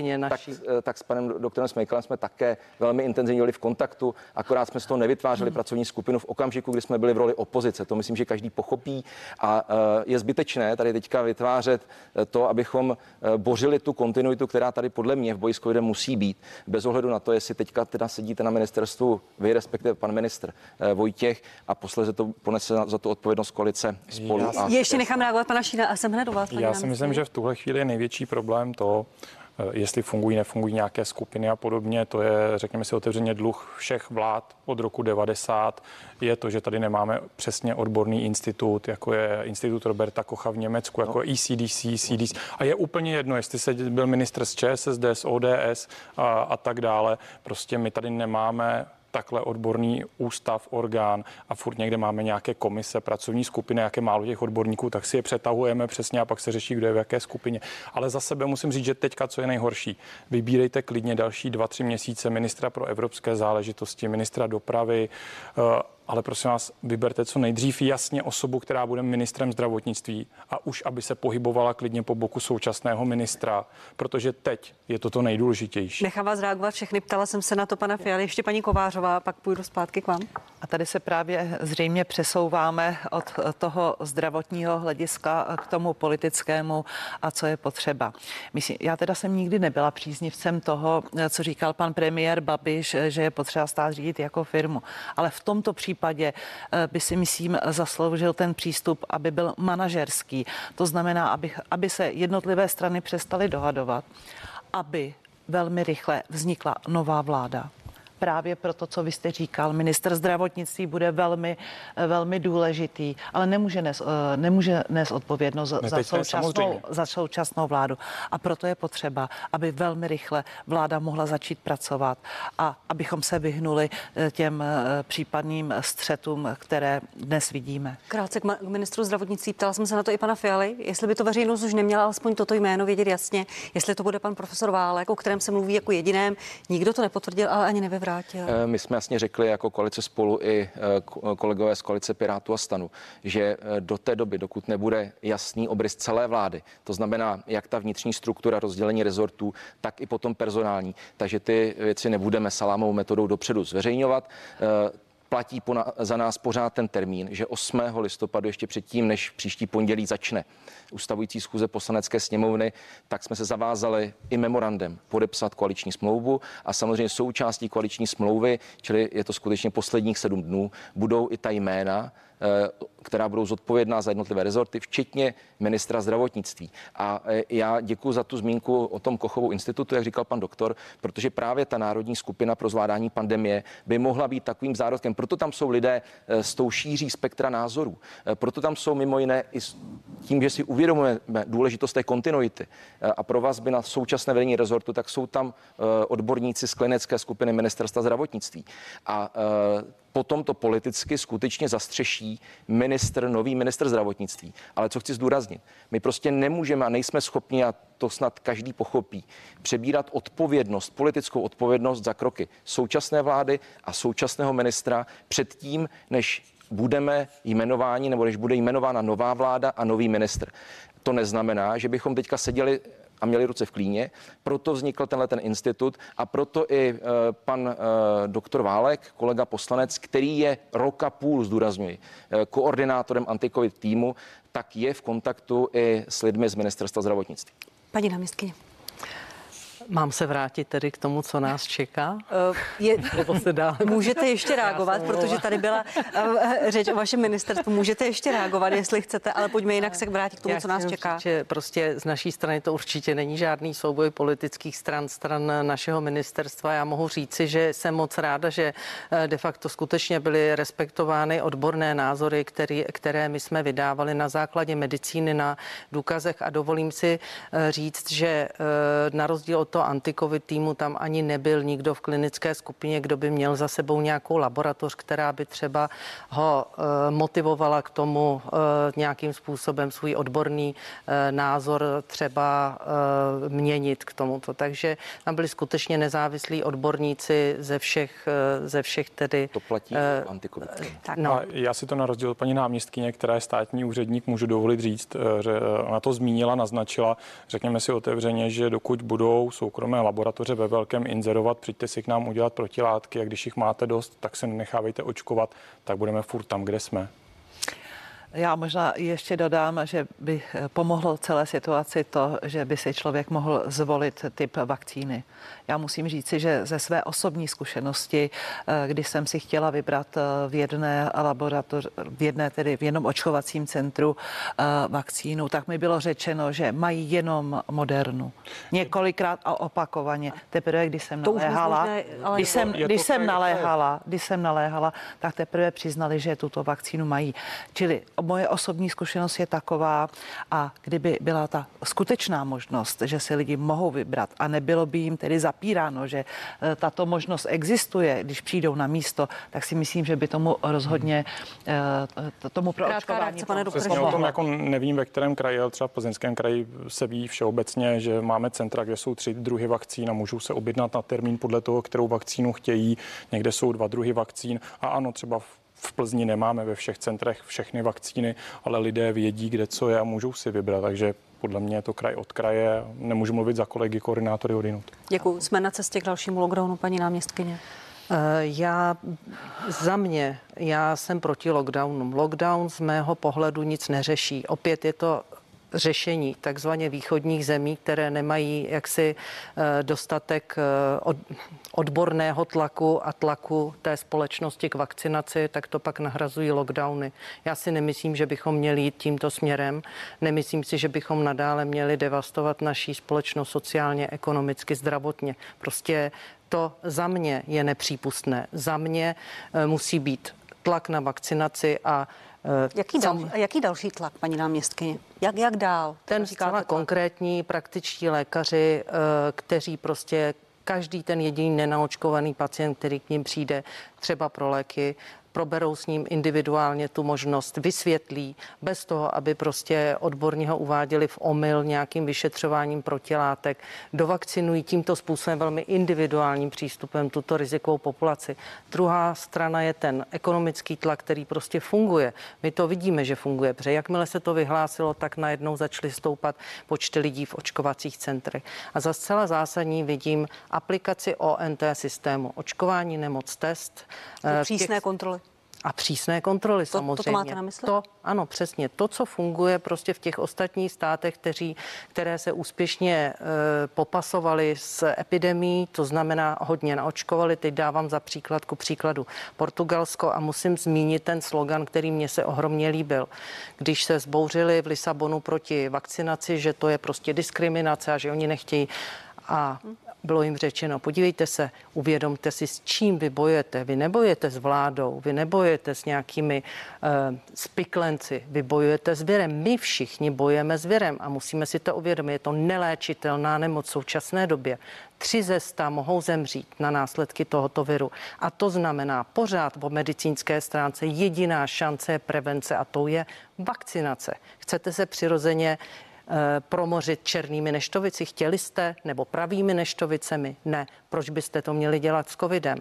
tak s panem doktorem Smejkalem jsme také velmi intenzivně byli v kontaktu, akorát jsme z toho nevytvářeli pracovní skupinu v okamžiku, kdy jsme byli v roli opozice. To myslím, že každý pochopí a je zbytečné tady teďka vytvářet to, abychom bořili tu kontinuitu, která tady podle mě v boji s covidem musí být. Bez ohledu na to, jestli teďka teda sedíte na ministerstvu vy, respektive pan ministr Vojtěch a posléze to ponese za tu odpovědnost koalice Spolu. Ještě nechám reagovat pana Šína a jsem hned do vás. Já si myslím, že v tuhle chvíli je největší problém to, jestli fungují, nefungují nějaké skupiny a podobně. To je, řekněme si otevřeně, dluh všech vlád od roku 90. Je to, že tady nemáme přesně odborný institut, jako je Institut Roberta Kocha v Německu, jako ECDC, CDC. A je úplně jedno, jestli se byl ministr z ČSSD, z ODS a tak dále. Prostě my tady nemáme takhle odborný ústav, orgán a furt někde máme nějaké komise, pracovní skupiny, jaké málo těch odborníků, tak si je přetahujeme přesně a pak se řeší, kdo je v jaké skupině. Ale za sebe musím říct, že teďka, co je nejhorší, vybírejte klidně další 2-3 měsíce ministra pro evropské záležitosti, ministra dopravy, ale prosím vás, vyberte co nejdřív jasně osobu, která bude ministrem zdravotnictví a už, aby se pohybovala klidně po boku současného ministra, protože teď je to nejdůležitější. Nechám vás reagovat všechny, ptala jsem se na to pana Fialy, ještě paní Kovářová, pak půjdu zpátky k vám. A tady se právě zřejmě přesouváme od toho zdravotního hlediska k tomu politickému a co je potřeba. Myslím, já teda jsem nikdy nebyla příznivcem toho, co říkal pan premiér Babiš, že je potřeba stát řídit jako firmu, ale v tomto případě by si myslím zasloužil ten přístup, aby byl manažerský. To znamená, aby se jednotlivé strany přestaly dohadovat, aby velmi rychle vznikla nová vláda. Právě proto, co vy jste říkal, ministr zdravotnictví bude velmi, velmi důležitý, ale nemůže nést odpovědnost za současnou vládu. A proto je potřeba, aby velmi rychle vláda mohla začít pracovat a abychom se vyhnuli těm případným střetům, které dnes vidíme. Krátce k ministru zdravotnictví, ptala jsem se na to i pana Fialy, jestli by to veřejnost už neměla alespoň toto jméno vědět jasně, jestli to bude pan profesor Válek, o kterém se mluví jako jediném. Nikdo to nepotvrdil, ale ani nevyvrátil. My jsme jasně řekli jako koalice Spolu i kolegové z koalice Pirátů a STANu, že do té doby, dokud nebude jasný obrys celé vlády, to znamená jak ta vnitřní struktura rozdělení rezortů, tak i potom personální, takže ty věci nebudeme salámovou metodou dopředu zveřejňovat. Platí za nás pořád ten termín, že 8. listopadu, ještě předtím, než příští pondělí začne ustavující schůze Poslanecké sněmovny, tak jsme se zavázali i memorandem podepsat koaliční smlouvu a samozřejmě součástí koaliční smlouvy, čili je to skutečně posledních 7 dnů, budou i ta jména, která budou zodpovědná za jednotlivé rezorty, včetně ministra zdravotnictví. A já děkuji za tu zmínku o tom Kochovu institutu, jak říkal pan doktor, protože právě ta národní skupina pro zvládání pandemie by mohla být takovým zárodkem. Proto tam jsou lidé s tou šíří spektra názorů. Proto tam jsou mimo jiné i tím, že si uvědomujeme důležitost té kontinuity a pro vás by na současné vedení rezortu, tak jsou tam odborníci z klinické skupiny ministerstva zdravotnictví. A potom to politicky skutečně zastřeší nový ministr zdravotnictví. Ale co chci zdůraznit, my prostě nemůžeme a nejsme schopni, a to snad každý pochopí, přebírat odpovědnost, politickou odpovědnost za kroky současné vlády a současného ministra předtím, než budeme jmenováni nebo než bude jmenována nová vláda a nový ministr. To neznamená, že bychom teďka seděli a měli ruce v klíně. Proto vznikl ten institut a proto i pan doktor Válek, kolega poslanec, který je rok a půl, zdůrazňuji, koordinátorem anti-covid týmu, tak je v kontaktu i s lidmi z ministerstva zdravotnictví. Paní náměstkyně. Mám se vrátit tedy k tomu, co nás čeká? Můžete ještě reagovat, protože tady byla řeč o vašem ministerstvu. Můžete ještě reagovat, jestli chcete, ale pojďme jinak se vrátit k tomu, co nás čeká. Že prostě z naší strany to určitě není žádný souboj politických stran našeho ministerstva. Já mohu říci, že jsem moc ráda, že de facto skutečně byly respektovány odborné názory, které my jsme vydávali na základě medicíny, na důkazech a dovolím si říct, že na rozdíl od toho tomto antikovid týmu tam ani nebyl nikdo v klinické skupině, kdo by měl za sebou nějakou laboratoř, která by třeba ho motivovala k tomu nějakým způsobem svůj odborný názor třeba měnit k tomuto. Takže tam byli skutečně nezávislí odborníci ze všech tedy. To platí antikovid. No. A já si to na rozdíl od paní náměstkyně, která je státní úředník, můžu dovolit říct, že ona to zmínila, naznačila, řekněme si otevřeně, že dokud budou soukromé laboratoře ve velkém inzerovat, přijďte si k nám udělat protilátky a když jich máte dost, tak se nenechávejte očkovat, tak budeme furt tam, kde jsme. Já možná ještě dodám, že by pomohlo celé situaci to, že by si člověk mohl zvolit typ vakcíny. Já musím říci, že ze své osobní zkušenosti, když jsem si chtěla vybrat v jedné laboratoři, v jednom očkovacím centru vakcínu, tak mi bylo řečeno, že mají jenom Modernu. Několikrát a opakovaně. Teprve, když jsem naléhala, když jsem naléhala, tak teprve přiznali, že tuto vakcínu mají. Čili moje osobní zkušenost je taková, a kdyby byla ta skutečná možnost, že si lidi mohou vybrat a nebylo by jim tedy zapíráno, že tato možnost existuje, když přijdou na místo, tak si myslím, že by tomu rozhodně tomu proočkování Přesně o tom jako nevím, ve kterém kraji, ale třeba v Plzeňském kraji se ví všeobecně, že máme centra, kde jsou 3 druhy vakcín a můžou se objednat na termín podle toho, kterou vakcínu chtějí. Někde jsou 2 druhy vakcín a ano, třeba v Plzni nemáme ve všech centrech všechny vakcíny, ale lidé vědí, kde co je a můžou si vybrat, takže podle mě je to kraj od kraje. Nemůžu mluvit za kolegy, koordinátory odinut. Děkuji. Jsme na cestě k dalšímu lockdownu, paní náměstkyně. Já jsem proti lockdownu. Lockdown z mého pohledu nic neřeší. Opět je to řešení takzvaně východních zemí, které nemají jaksi dostatek odborného tlaku a tlaku té společnosti k vakcinaci, tak to pak nahrazují lockdowny. Já si nemyslím, že bychom měli jít tímto směrem. Nemyslím si, že bychom nadále měli devastovat naší společnost sociálně, ekonomicky, zdravotně. Prostě to za mě je nepřípustné. Za mě musí být tlak na vakcinaci a Jaký další tlak, paní náměstkyně? Jak dál? Ten zcela konkrétní praktičtí lékaři, kteří prostě každý ten jediný nenaočkovaný pacient, který k ním přijde třeba pro léky, proberou s ním individuálně tu možnost, vysvětlí, bez toho, aby prostě odborně ho uváděli v omyl nějakým vyšetřováním protilátek, dovakcinují tímto způsobem velmi individuálním přístupem tuto rizikovou populaci. Druhá strana je ten ekonomický tlak, který prostě funguje. My to vidíme, že funguje, protože jakmile se to vyhlásilo, tak najednou začaly stoupat počty lidí v očkovacích centrech. A za zcela zásadní vidím aplikaci ONT systému. Očkování, nemoc, test. Přísné kontroly. A přísné kontroly samozřejmě. To máte na mysli? Ano, přesně. To, co funguje prostě v těch ostatních státech, které se úspěšně popasovali s epidemií, to znamená hodně naočkovali. Teď dávám za příklad ku příkladu Portugalsko a musím zmínit ten slogan, který mně se ohromně líbil. Když se zbouřili v Lisabonu proti vakcinaci, že to je prostě diskriminace a že oni nechtějí a bylo jim řečeno, podívejte se, uvědomte si, s čím vy bojujete. Vy nebojujete s vládou, vy nebojujete s nějakými spiklenci, vy bojujete s virem. My všichni bojujeme s virem a musíme si to uvědomit. Je to neléčitelná nemoc v současné době. 3 ze 100 mohou zemřít na následky tohoto viru. A to znamená pořád po medicínské stránce jediná šance je prevence a to je vakcinace. Chcete se přirozeně promořit černými neštovici? Chtěli jste? Nebo pravými neštovicemi? Ne. Proč byste to měli dělat s covidem?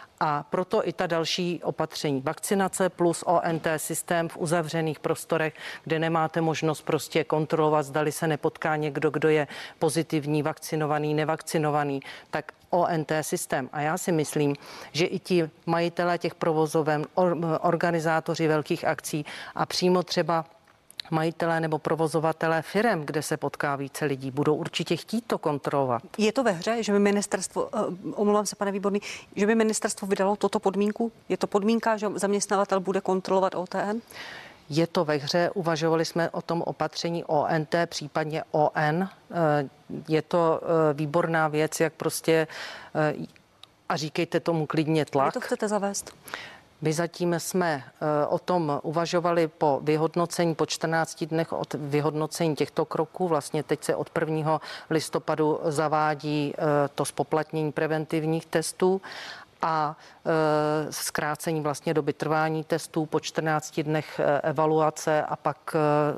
A proto i ta další opatření. Vakcinace plus ONT systém v uzavřených prostorech, kde nemáte možnost prostě kontrolovat, zdali se nepotká někdo, kdo je pozitivní, vakcinovaný, nevakcinovaný, tak ONT systém. A já si myslím, že i ti majitelé těch provozoven, organizátoři velkých akcí a přímo třeba majitelé nebo provozovatelé firem, kde se potká více lidí, budou určitě chtít to kontrolovat. Je to ve hře, že by ministerstvo, omlouvám se, pane Výborný, že by ministerstvo vydalo toto podmínku? Je to podmínka, že zaměstnavatel bude kontrolovat OTN? Je to ve hře, uvažovali jsme o tom opatření ONT, případně ON. Je to výborná věc, jak prostě, a říkejte tomu klidně tlak. Kdy to chcete zavést? My zatím jsme o tom uvažovali po vyhodnocení, po 14 dnech od vyhodnocení těchto kroků. Vlastně teď se od 1. listopadu zavádí to zpoplatnění preventivních testů a zkrácení vlastně doby trvání testů, po 14 dnech evaluace a pak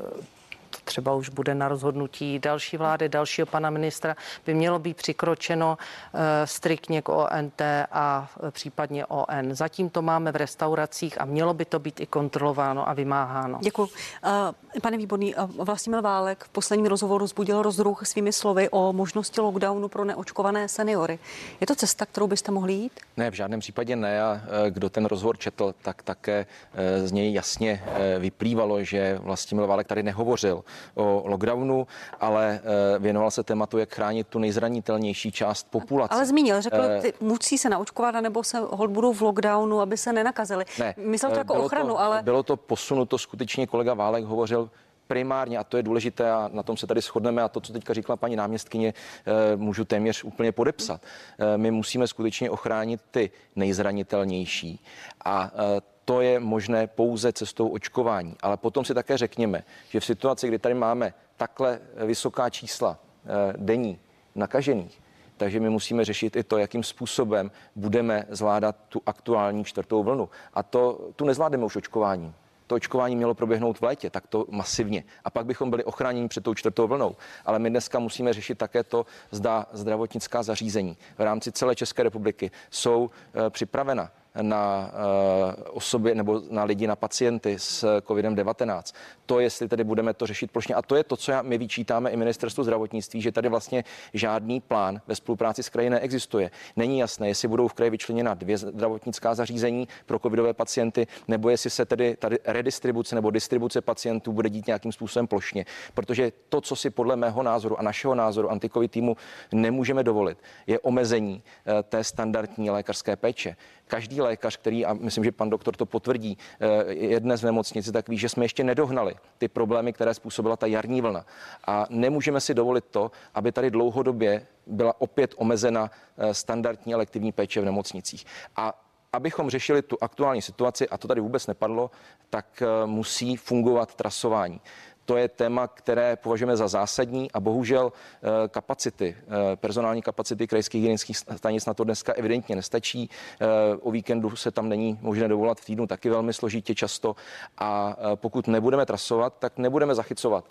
třeba už bude na rozhodnutí další vlády, dalšího pana ministra, by mělo být přikročeno striktně k ONT a případně ON. Zatím to máme v restauracích a mělo by to být i kontrolováno a vymáháno. Děkuji. Pane Výborný, Vlastimil Válek v posledním rozhovoru vzbudil rozruch svými slovy o možnosti lockdownu pro neočkované seniory. Je to cesta, kterou byste mohli jít? Ne, v žádném případě ne. A kdo ten rozhovor četl, tak také z něj jasně vyplývalo, že Vlastimil Válek tady nehovořil o lockdownu, ale věnoval se tématu, jak chránit tu nejzranitelnější část populace. Ale zmínil, řekl, musí se naočkovat, nebo se hold budou v lockdownu, aby se nenakazili. Ne, myslel to jako ochranu, ale... Bylo to posunuto, skutečně kolega Válek hovořil primárně, a to je důležité a na tom se tady shodneme, a to, co teďka říkala paní náměstkyně, můžu téměř úplně podepsat. My musíme skutečně ochránit ty nejzranitelnější a to je možné pouze cestou očkování. Ale potom si také řekněme, že v situaci, kdy tady máme takhle vysoká čísla denní nakažených, takže my musíme řešit i to, jakým způsobem budeme zvládat tu aktuální 4. vlnu. A tu nezvládneme už očkováním. To očkování mělo proběhnout v létě, tak to masivně. A pak bychom byli ochráněni před tou 4. vlnou. Ale my dneska musíme řešit také to, zda zdravotnická zařízení v rámci celé České republiky jsou připravena na osoby nebo na lidi, na pacienty s COVID-19. To, jestli tedy budeme to řešit plošně. A to je to, co my vyčítáme i ministerstvu zdravotnictví, že tady vlastně žádný plán ve spolupráci s kraji neexistuje. Není jasné, jestli budou v kraji vyčleněna 2 zdravotnická zařízení pro covidové pacienty, nebo jestli se tedy tady redistribuce nebo distribuce pacientů bude dít nějakým způsobem plošně. Protože to, co si podle mého názoru a našeho názoru anti-covid týmu nemůžeme dovolit, je omezení té standardní lékařské péče. Každý lékař, který, a myslím, že pan doktor to potvrdí, je dnes v nemocnici, tak ví, že jsme ještě nedohnali ty problémy, které způsobila ta jarní vlna. A nemůžeme si dovolit to, aby tady dlouhodobě byla opět omezena standardní elektivní péče v nemocnicích. A abychom řešili tu aktuální situaci, a to tady vůbec nepadlo, tak musí fungovat trasování. To je téma, které považujeme za zásadní a bohužel personální kapacity krajských hygienických stanic na to dneska evidentně nestačí. O víkendu se tam není možné dovolat, v týdnu taky velmi složitě často a pokud nebudeme trasovat, tak nebudeme zachycovat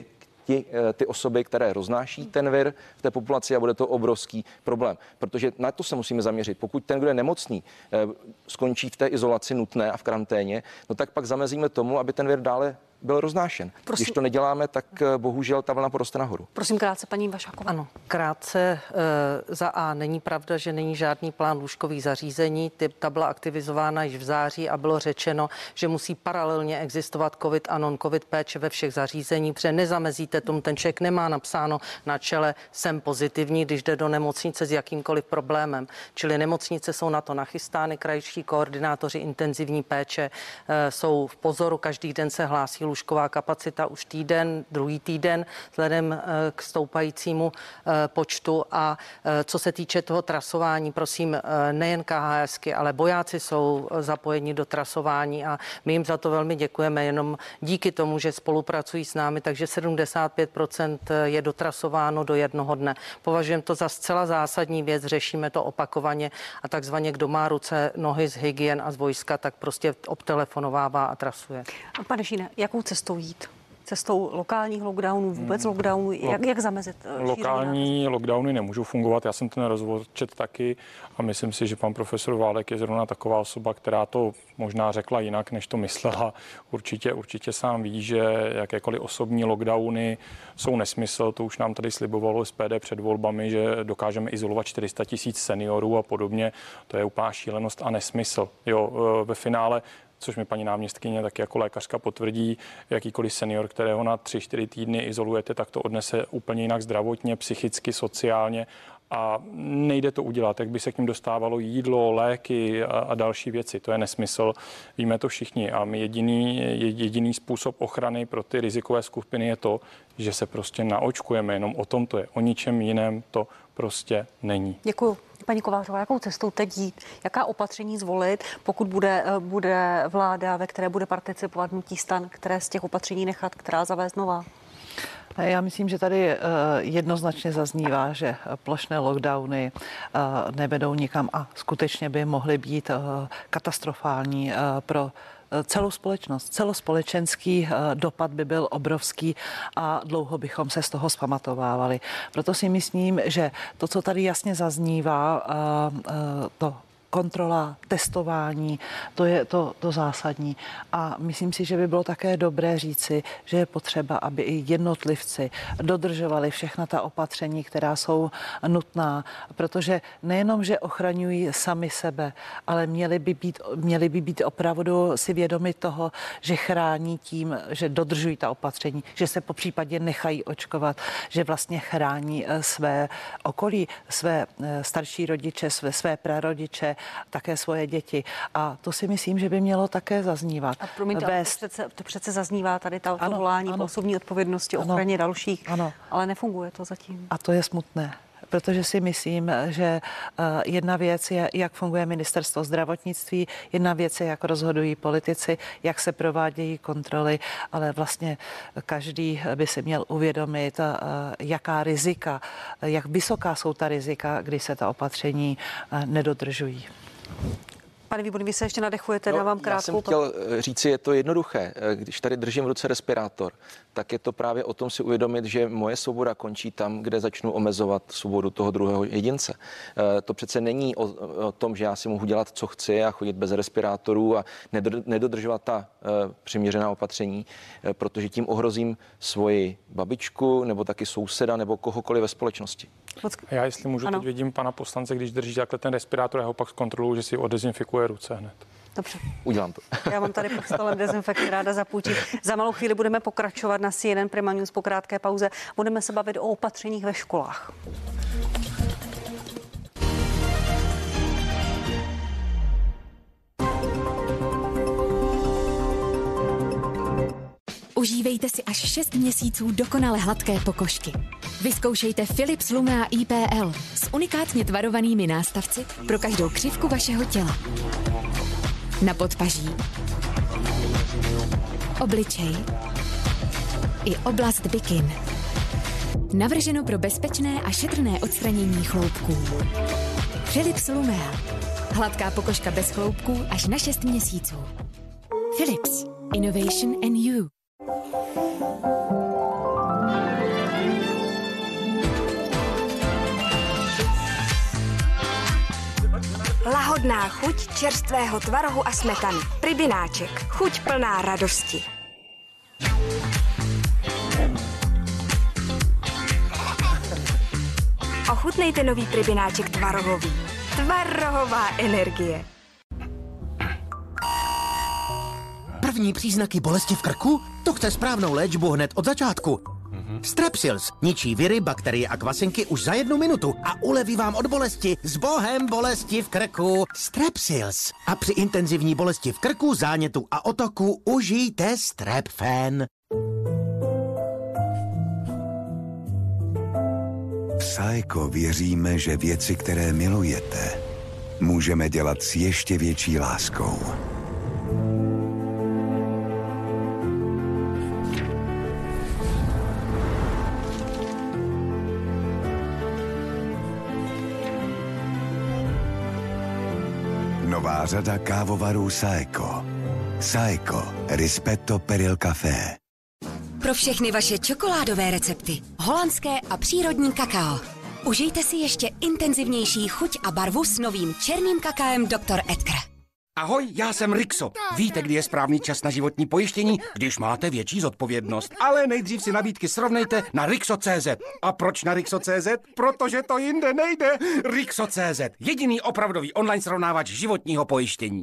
ty osoby, které roznáší ten vir v té populaci a bude to obrovský problém, protože na to se musíme zaměřit. Pokud ten, kdo je nemocný, skončí v té izolaci nutné a v karanténě, no tak pak zamezíme tomu, aby ten vir dále byl roznášen. Prosím. Když to neděláme, tak bohužel ta vlna poroste nahoru. Prosím krátce, paní Vašáková. Ano, krátce za A. Není pravda, že není žádný plán lůžkových zařízení. Ta byla aktivizována již v září a bylo řečeno, že musí paralelně existovat covid a non-covid péče ve všech zařízeních, protože nezamezíte tomu, ten člověk nemá napsáno na čele jsem pozitivní, když jde do nemocnice s jakýmkoliv problémem. Čili nemocnice jsou na to nachystány, krajští koordinátoři intenzivní péče jsou v pozoru, každý den se hlásí lůžková kapacita už druhý týden vzhledem k stoupajícímu počtu a co se týče toho trasování, prosím, nejen KHSky, ale vojáci jsou zapojeni do trasování a my jim za to velmi děkujeme, jenom díky tomu, že spolupracují s námi, takže 75% je dotrasováno do jednoho dne. Považujeme to za zcela zásadní věc, řešíme to opakovaně a takzvaně kdo má ruce, nohy z hygien a z vojska, tak prostě obtelefonovává a trasuje. Pane Šíne, jakou cestou jít? Cestou lokálních lockdownů, vůbec lockdownů? Jak zamezit lokální lockdowny nemůžou fungovat. Já jsem ten rozhovor četl taky a myslím si, že pan profesor Válek je zrovna taková osoba, která to možná řekla jinak, než to myslela. Určitě sám ví, že jakékoliv osobní lockdowny jsou nesmysl. To už nám tady slibovalo SPD před volbami, že dokážeme izolovat 400 000 seniorů a podobně. To je úplná šílenost a nesmysl. Ve finále, což mi paní náměstkyně taky jako lékařka potvrdí, jakýkoliv senior, kterého na 3-4 týdny izolujete, tak to odnese úplně jinak zdravotně, psychicky, sociálně a nejde to udělat, jak by se k ním dostávalo jídlo, léky a další věci. To je nesmysl, víme to všichni a my jediný způsob ochrany pro ty rizikové skupiny je to, že se prostě naočkujeme, jenom o tom to je, o ničem jiném to prostě není. Děkuju. Paní Kovářová, jakou cestou teď jít? Jaká opatření zvolit, pokud bude vláda, ve které bude participovat hnutí STAN, které z těch opatření nechat, která zavést nová? Já myslím, že tady jednoznačně zaznívá, že plošné lockdowny nevedou nikam a skutečně by mohly být katastrofální pro celou společnost. Celospolečenský dopad by byl obrovský a dlouho bychom se z toho zpamatovávali. Proto si myslím, že to, co tady jasně zaznívá, to kontrola, testování, to je to zásadní. A myslím si, že by bylo také dobré říci, že je potřeba, aby i jednotlivci dodržovali všechna ta opatření, která jsou nutná, protože nejenom, že ochraňují sami sebe, ale měli by být opravdu si vědomi toho, že chrání tím, že dodržují ta opatření, že se popřípadě nechají očkovat, že vlastně chrání své okolí, své starší rodiče, své prarodiče, také svoje děti. A to si myslím, že by mělo také zaznívat. A promiňte, to přece zaznívá tady to volání po osobní odpovědnosti, ochraně dalších, ale nefunguje to zatím. A to je smutné. Protože si myslím, že jedna věc je, jak funguje ministerstvo zdravotnictví, jedna věc je, jak rozhodují politici, jak se provádějí kontroly, ale vlastně každý by si měl uvědomit, jaká rizika, jak vysoká jsou ta rizika, když se ta opatření nedodržují. Pane Výborný, vy se ještě nadechujete, dávám krátkou. Já jsem chtěl říci, je to jednoduché. Když tady držím v ruce respirátor, tak je to právě o tom si uvědomit, že moje svoboda končí tam, kde začnu omezovat svobodu toho druhého jedince. To přece není o tom, že já si mohu dělat, co chci a chodit bez respirátorů a nedodržovat ta přiměřená opatření, protože tím ohrozím svoji babičku nebo taky souseda nebo kohokoliv ve společnosti. Já, jestli můžu, teď vidím pana poslance, když drží takhle ten respirátor, já ho pak zkontroluji, že si odezinfikuje ruce hned. Dobře. Udělám to. Já mám tady pod stolem dezinfekci, ráda zapůjčit. Za malou chvíli budeme pokračovat na CNN Prima News po krátké pauze. Budeme se bavit o opatřeních ve školách. Užívejte si až 6 měsíců dokonale hladké pokožky. Vyzkoušejte Philips Lumea IPL s unikátně tvarovanými nástavci pro každou křivku vašeho těla. Na podpaží, obličej i oblast bikin. Navrženo pro bezpečné a šetrné odstranění chloupků. Philips Lumea. Hladká pokožka bez chloupků až na 6 měsíců. Philips. Innovation and you. Lahodná chuť čerstvého tvarohu a smetany. Pribináček. Chuť plná radosti. Ochutnejte nový pribináček tvarohový. Tvarohová energie. První příznaky bolesti v krku? To chce správnou léčbu hned od začátku. Strepsils ničí viry, bakterie a kvasinky už za 1 minutu a uleví vám od bolesti. S Bohem bolesti v krku. Strepsils. A při intenzivní bolesti v krku, zánětu a otoku užijte Strepfen. V Saeco věříme, že věci, které milujete, můžeme dělat s ještě větší láskou. Nová řada kávovarů Saeco. Saeco. Rispetto per il café. Pro všechny vaše čokoládové recepty. Holandské a přírodní kakao. Užijte si ještě intenzivnější chuť a barvu s novým černým kakaem Dr. Edgar. Ahoj, já jsem Rixo. Víte, kdy je správný čas na životní pojištění, když máte větší zodpovědnost. Ale nejdřív si nabídky srovnejte na Rixo.cz. A proč na Rixo.cz? Protože to jinde nejde. Rixo.cz. Jediný opravdový online srovnávač životního pojištění.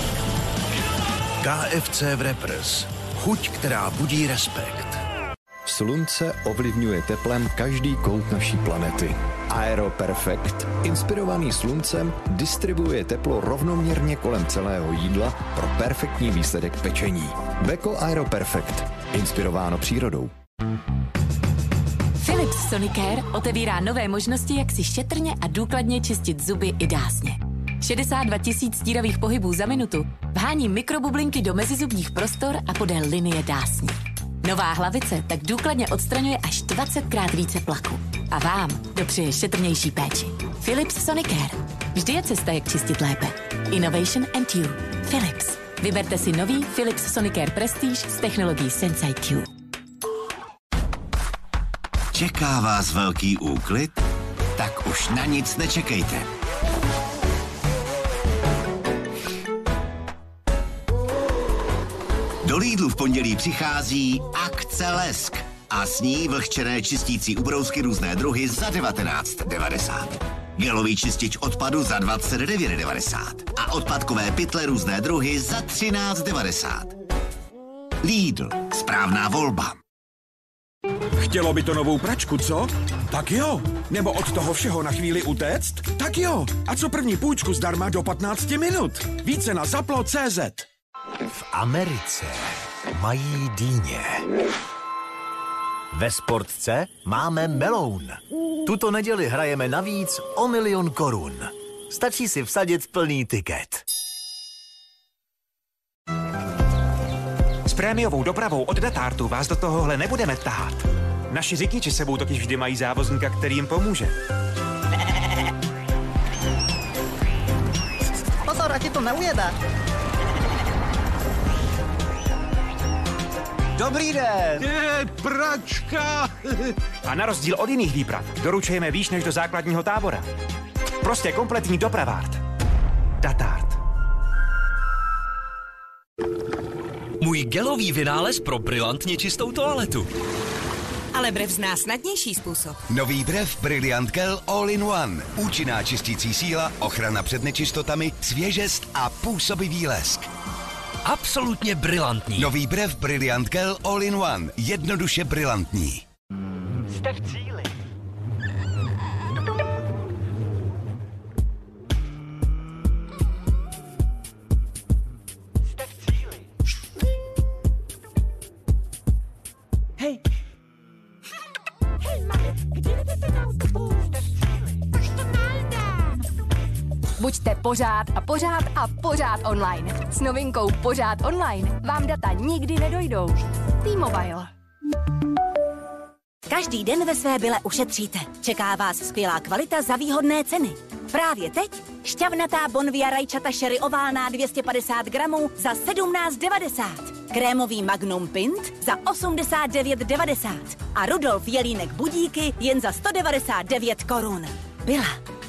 KFC Wrappers. Chuť, která budí respekt. Slunce ovlivňuje teplem každý kout naší planety. Aeroperfekt, inspirovaný sluncem, distribuuje teplo rovnoměrně kolem celého jídla pro perfektní výsledek pečení. Beko Aeroperfekt, inspirováno přírodou. Philips Sonicare otevírá nové možnosti, jak si šetrně a důkladně čistit zuby i dásně. 62 000 stíravých pohybů za minutu vhání mikrobublinky do mezizubních prostor a podél linie dásní. Nová hlavice tak důkladně odstraňuje až 20krát více plaku. A vám dopřeje šetrnější péči. Philips Sonicare. Vždy je cesta, jak čistit lépe. Innovation and you. Philips. Vyberte si nový Philips Sonicare Prestige s technologií Sense IQ. Čeká vás velký úklid? Tak už na nic nečekejte. Do Lidlu v pondělí přichází akce Lesk a s ní vlhčené čistící ubrousky různé druhy za 19,90. Gelový čistič odpadu za 29,90 a odpadkové pytle různé druhy za 13,90. Lidl, správná volba. Chtělo by to novou pračku, co? Tak jo. Nebo od toho všeho na chvíli utéct? Tak jo. A co první půjčku zdarma do 15 minut? Více na Zaplo.cz. V Americe mají dýně. Ve Sportce máme meloun. Tuto neděli hrajeme navíc o 1 000 000 korun. Stačí si vsadit plný tiket. S prémiovou dopravou od Datartu vás do tohohle nebudeme tahat. Naši řidiči sebou totiž vždy mají závozníka, který jim pomůže. Pozor, ať ti to neujede. Dobrý den! Pračka! A na rozdíl od jiných výprav doručujeme výš než do základního tábora. Prostě kompletní dopravárd. Datart. Můj gelový vynález pro brilantně čistou toaletu. Ale Brev zná snadnější způsob. Nový Brev Brilliant Gel All-in-One. Účinná čistící síla, ochrana před nečistotami, svěžest a působivý lesk. Absolutně brilantní. Nový Brev Brilliant Gel All-in-One. Jednoduše brilantní. Jste v cíli. Jste v cíli. Hej. Buďte pořád a pořád a pořád online. S novinkou Pořád online vám data nikdy nedojdou. T-Mobile. Každý den ve své byle ušetříte. Čeká vás skvělá kvalita za výhodné ceny. Právě teď šťavnatá Bonvia rajčata sherry oválná 250 gramů za 17,90. Krémový Magnum Pint za 89,90. A Rudolf Jelínek budíky jen za 199 korun. Byla.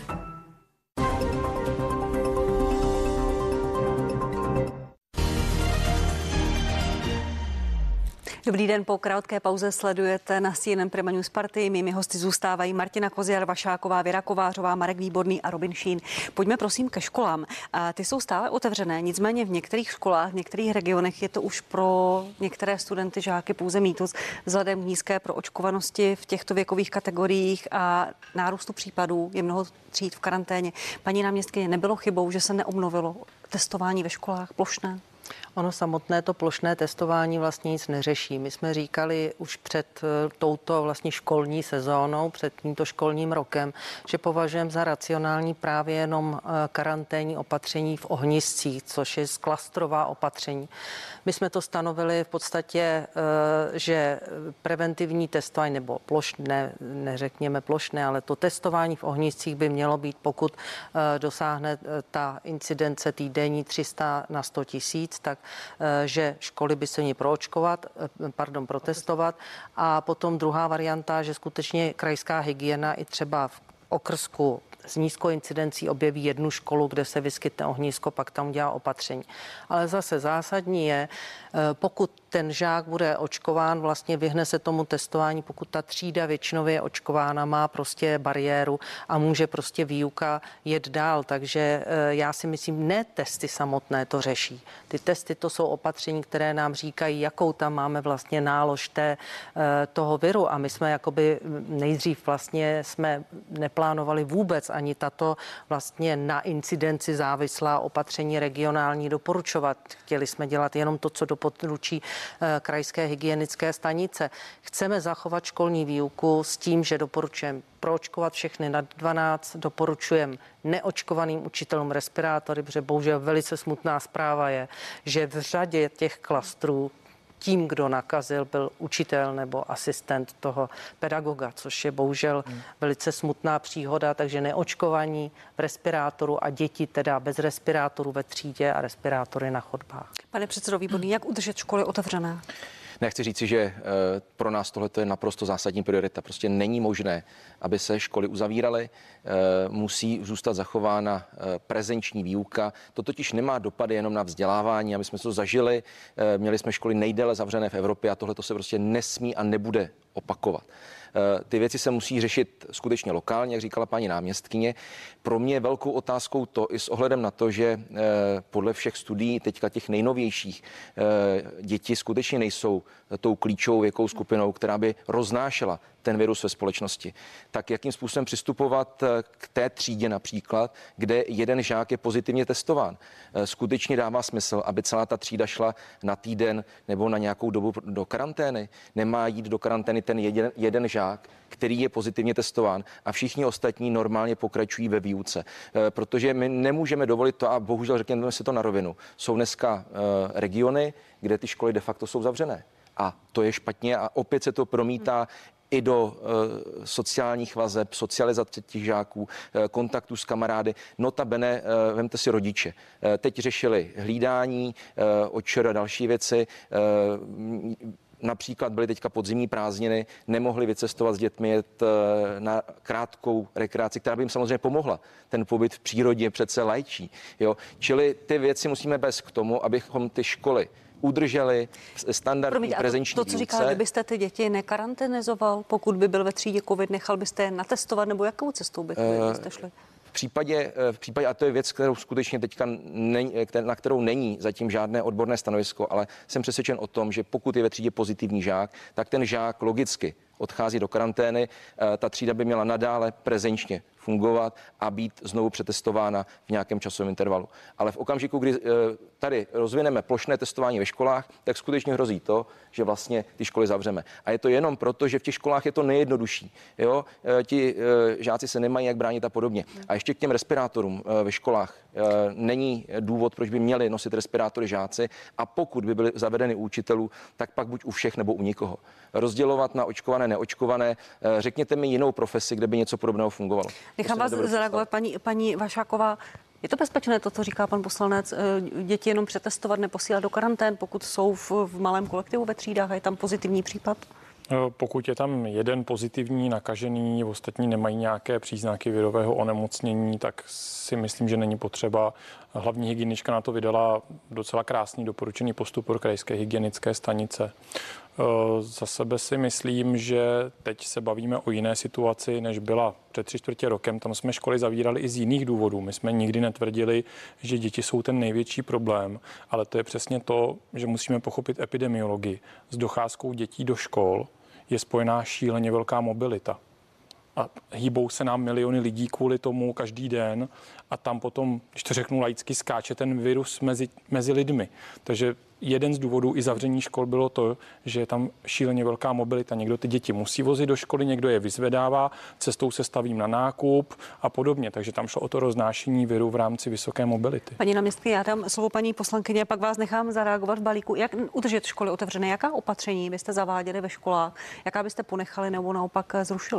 Dobrý den, po krátké pauze sledujete na CNN Prima News Party. Mými hosty zůstávají Martina Koziar-Vašáková, Věra Kovářová, Marek Výborný a Robin Šín. Pojďme prosím ke školám. Ty jsou stále otevřené, nicméně v některých školách, v některých regionech je to už pro některé studenty, žáky pouze mýtus vzhledem k nízké proočkovanosti v těchto věkových kategoriích a nárůstu případů. Je mnoho tříd v karanténě. Paní náměstkyně, nebylo chybou, že se neobnovilo testování ve školách plošné? Ono samotné to plošné testování vlastně nic neřeší. My jsme říkali už před touto vlastně školní sezónou, před tímto školním rokem, že považujeme za racionální právě jenom karanténní opatření v ohniscích, což je klastrová opatření. My jsme to stanovili v podstatě, že preventivní testování nebo plošné, neřekněme plošné, ale to testování v ohniscích by mělo být, pokud dosáhne ta incidence týdenní 300 na 100 000, tak že školy by se měly protestovat. A potom druhá varianta, že skutečně krajská hygiena i třeba v okrsku s nízkou incidencí objeví jednu školu, kde se vyskytne ohnisko, pak tam dělá opatření. Ale zase zásadní je, pokud ten žák bude očkován, vlastně vyhne se tomu testování, pokud ta třída většinově je očkována, má prostě bariéru a může prostě výuka jet dál. Takže já si myslím, ne testy samotné to řeší. Ty testy to jsou opatření, které nám říkají, jakou tam máme vlastně nálož toho viru a my jsme jakoby nejdřív vlastně jsme neplánovali vůbec ani tato vlastně na incidenci závislá opatření regionální doporučovat. Chtěli jsme dělat jenom to, co doporučí krajské hygienické stanice. Chceme zachovat školní výuku s tím, že doporučujeme proočkovat všechny nad 12, doporučujeme neočkovaným učitelům respirátory, protože bohužel velice smutná zpráva je, že v řadě těch klastrů tím, kdo nakazil, byl učitel nebo asistent toho pedagoga, což je bohužel velice smutná příhoda, takže neočkovaní v respirátoru a děti teda bez respirátoru ve třídě a respirátory na chodbách. Pane předsedo Výborný, jak udržet školy otevřené? Nechci říci, že pro nás tohle je naprosto zásadní priorita. Prostě není možné, aby se školy uzavíraly, musí zůstat zachována prezenční výuka. To totiž nemá dopady jenom na vzdělávání, aby jsme to zažili. Měli jsme školy nejdéle zavřené v Evropě a tohle to se prostě nesmí a nebude opakovat. Ty věci se musí řešit skutečně lokálně, jak říkala paní náměstkyně. Pro mě je velkou otázkou to i s ohledem na to, že podle všech studií teďka těch nejnovějších děti skutečně nejsou tou klíčovou věkovou skupinou, která by roznášela ten virus ve společnosti. Tak jakým způsobem přistupovat k té třídě například, kde jeden žák je pozitivně testován. Skutečně dává smysl, aby celá ta třída šla na týden nebo na nějakou dobu do karantény. Nemá jít do karantény ten jeden žák, který je pozitivně testován a všichni ostatní normálně pokračují ve výuce. Protože my nemůžeme dovolit to a bohužel řekněme si to na rovinu. Jsou dneska regiony, kde ty školy de facto jsou zavřené. A to je špatně a opět se to promítá i do sociálních vazeb, socializace těch žáků, kontaktů s kamarády. Notabene, vemte si rodiče. Teď řešili hlídání, očer a další věci. Například byly teďka podzimní prázdniny, nemohli vycestovat s dětmi, jet na krátkou rekreaci, která by jim samozřejmě pomohla. Ten pobyt v přírodě přece léčí. Jo? Čili ty věci musíme vést k tomu, abychom ty školy udrželi standardní prezenční to, co říkala, kdybyste ty děti nekarantenizoval, pokud by byl ve třídě covid, nechal byste je natestovat, nebo jakou cestou byste šli? V případě, a to je věc, kterou skutečně teďka na kterou není zatím žádné odborné stanovisko, ale jsem přesvědčen o tom, že pokud je ve třídě pozitivní žák, tak ten žák logicky odchází do karantény, ta třída by měla nadále prezenčně fungovat a být znovu přetestována v nějakém časovém intervalu. Ale v okamžiku, kdy tady rozvineme plošné testování ve školách, tak skutečně hrozí to, že vlastně ty školy zavřeme. A je to jenom proto, že v těch školách je to nejjednodušší. Jo? Ti žáci se nemají jak bránit a podobně. A ještě k těm respirátorům ve školách není důvod, proč by měli nosit respirátory žáci a pokud by byly zavedeny u učitelů, tak pak buď u všech nebo u nikoho. Rozdělovat na očkované, neočkované. Řekněte mi jinou profesi, kde by něco podobného fungovalo. Nechám vás zareagovat, paní Vašáková. Je to bezpečné to, co říká pan poslanec, děti jenom přetestovat, neposílat do karantén, pokud jsou v malém kolektivu ve třídách a je tam pozitivní případ? Pokud je tam jeden pozitivní nakažený, ostatní nemají nějaké příznaky virového onemocnění, tak si myslím, že není potřeba. Hlavní hygienička na to vydala docela krásný doporučený postup pro krajské hygienické stanice. Za sebe si myslím, že teď se bavíme o jiné situaci, než byla před 3/4 rokem. Tam jsme školy zavírali i z jiných důvodů. My jsme nikdy netvrdili, že děti jsou ten největší problém, ale to je přesně to, že musíme pochopit epidemiologii. S docházkou dětí do škol je spojená šíleně velká mobilita. A hýbou se nám miliony lidí kvůli tomu každý den a tam potom, když to řeknu laicky, skáče ten virus mezi lidmi. Takže jeden z důvodů i zavření škol bylo to, že je tam šíleně velká mobilita. Někdo ty děti musí vozit do školy, někdo je vyzvedává, cestou se stavím na nákup a podobně. Takže tam šlo o to roznášení viru v rámci vysoké mobility. Paní náměstkyně, já dám slovo paní poslankyně, pak vás nechám zareagovat v balíku. Jak udržet školy otevřené? Jaká opatření byste zaváděli ve školách? Jaká byste ponechali nebo naopak zrušili?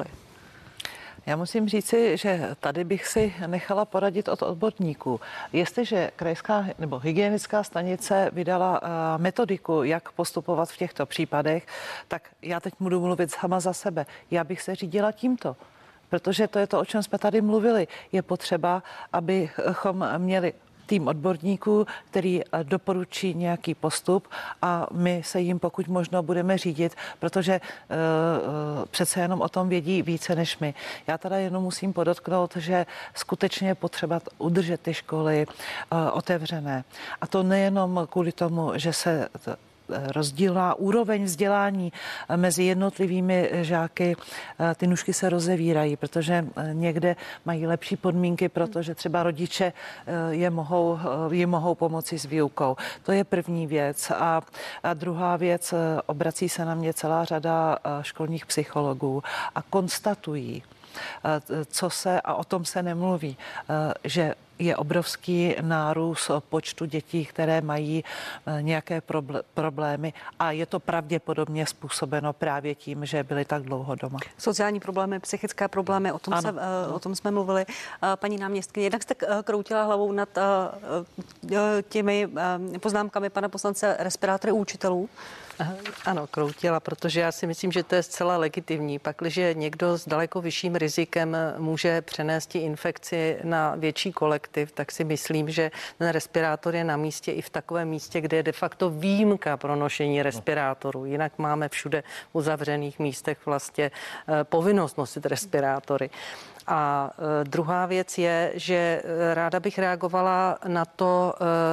Já musím říci, že tady bych si nechala poradit od odborníků. Jestliže krajská nebo hygienická stanice vydala metodiku, jak postupovat v těchto případech, tak já teď budu mluvit sama za sebe. Já bych se řídila tímto. Protože to je to, o čem jsme tady mluvili. Je potřeba, abychom měli tým odborníků, který doporučí nějaký postup a my se jim pokud možno budeme řídit, protože přece jenom o tom vědí více než my. Já teda jenom musím podotknout, že skutečně je potřeba udržet ty školy otevřené. A to nejenom kvůli tomu, že se rozdílná úroveň vzdělání mezi jednotlivými žáky, ty nůžky se rozevírají, protože někde mají lepší podmínky, protože třeba rodiče jim mohou pomoci s výukou. To je první věc. A druhá věc, obrací se na mě celá řada školních psychologů a konstatují, a o tom se nemluví, že je obrovský nárůst počtu dětí, které mají nějaké problémy a je to pravděpodobně způsobeno právě tím, že byly tak dlouho doma. Sociální problémy, psychické problémy, o tom jsme mluvili. Paní náměstkyně, jednak jste kroutila hlavou nad těmi poznámkami pana poslance respirátory u učitelů. Ano, kroutila, protože já si myslím, že to je zcela legitimní. Pakliže někdo s daleko vyšším rizikem může přenést infekci na větší kolektiv, tak si myslím, že ten respirátor je na místě i v takovém místě, kde je de facto výjimka pro nošení respirátorů. Jinak máme všude v uzavřených místech vlastně povinnost nosit respirátory. A druhá věc je, že ráda bych reagovala na to,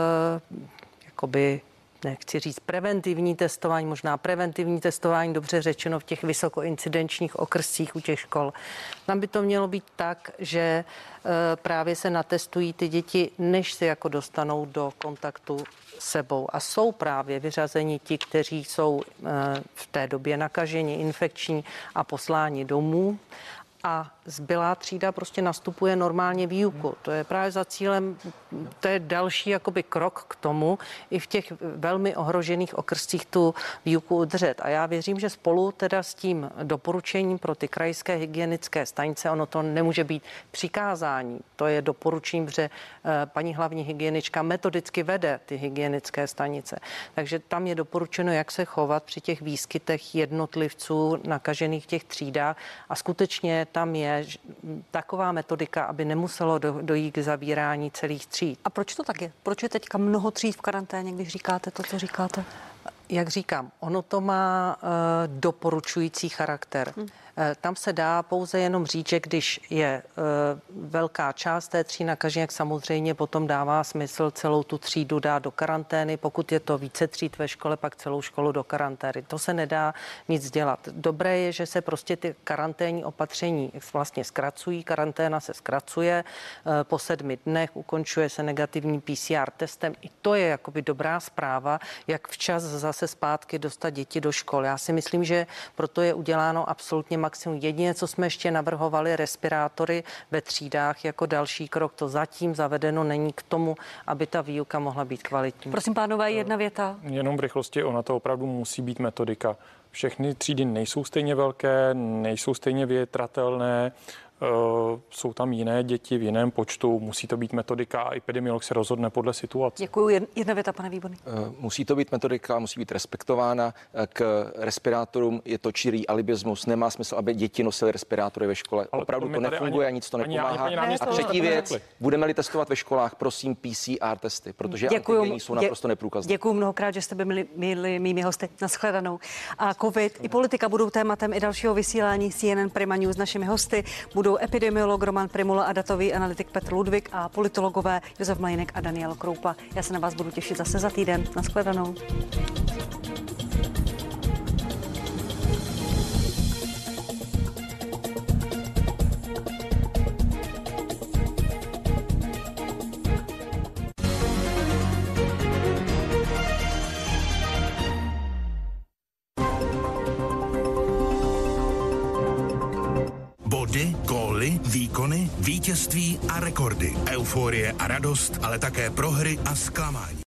nechci říct preventivní testování, možná preventivní testování, dobře řečeno, v těch vysokoincidenčních okrscích u těch škol. Tam by to mělo být tak, že právě se natestují ty děti, než se jako dostanou do kontaktu s sebou. A jsou právě vyřazeni ti, kteří jsou v té době nakaženi, infekční a posláni domů. A zbylá třída prostě nastupuje normálně výuku. To je právě za cílem, to je další jakoby krok k tomu i v těch velmi ohrožených okrscích tu výuku udržet. A já věřím, že spolu teda s tím doporučením pro ty krajské hygienické stanice, ono to nemůže být přikázání, to je doporučení, že paní hlavní hygienička metodicky vede ty hygienické stanice. Takže tam je doporučeno, jak se chovat při těch výskytech jednotlivců nakažených v těch třídách a skutečně tam je taková metodika, aby nemuselo dojít k zavírání celých tříd. A proč to tak je? Proč je teďka mnoho tříd v karanténě, když říkáte to, co říkáte? Jak říkám, ono to má doporučující charakter. Tam se dá pouze jenom říct, že když je velká část té třídy nakažené, jak samozřejmě potom dává smysl celou tu třídu dát do karantény. Pokud je to více tříd ve škole, pak celou školu do karantény. To se nedá nic dělat. Dobré je, že se prostě ty karanténní opatření vlastně zkracují. Karanténa se zkracuje po 7 dnech, ukončuje se negativním PCR testem. I to je jakoby dobrá zpráva, jak včas zase zpátky dostat děti do škol. Já si myslím, že proto je uděláno absolutně maximum. Jediné, co jsme ještě navrhovali, respirátory ve třídách jako další krok. To zatím zavedeno není k tomu, aby ta výuka mohla být kvalitní. Prosím, pánové, jedna věta. Jenom v rychlosti, ona to opravdu musí být metodika. Všechny třídy nejsou stejně velké, nejsou stejně větratelné, jsou tam jiné děti v jiném počtu, musí to být metodika a epidemiolog se rozhodne podle situace. Děkuji. Jedna věta, pane Výborný. Musí to být metodika, musí být respektována. K respirátorům je to čirý alibismus. Nemá smysl, aby děti nosily respirátory ve škole. Ale opravdu to nefunguje, nic to nepomáhá. A třetí věc, budeme-li testovat ve školách, prosím PCR testy, protože antigenní jsou naprosto neprůkazné. Děkuji mnohokrát, že jste byli mými hosty. Nashledanou. A covid i politika budou tématem i dalšího vysílání CNN Prima News. Našimi hosty budou epidemiolog Roman Primula a datový analytik Petr Ludvík a politologové Josef Mlejnek a Daniel Kroupa. Já se na vás budu těšit zase za týden. Nashledanou. Góly, výkony, vítězství a rekordy, euforie a radost, ale také prohry a zklamání.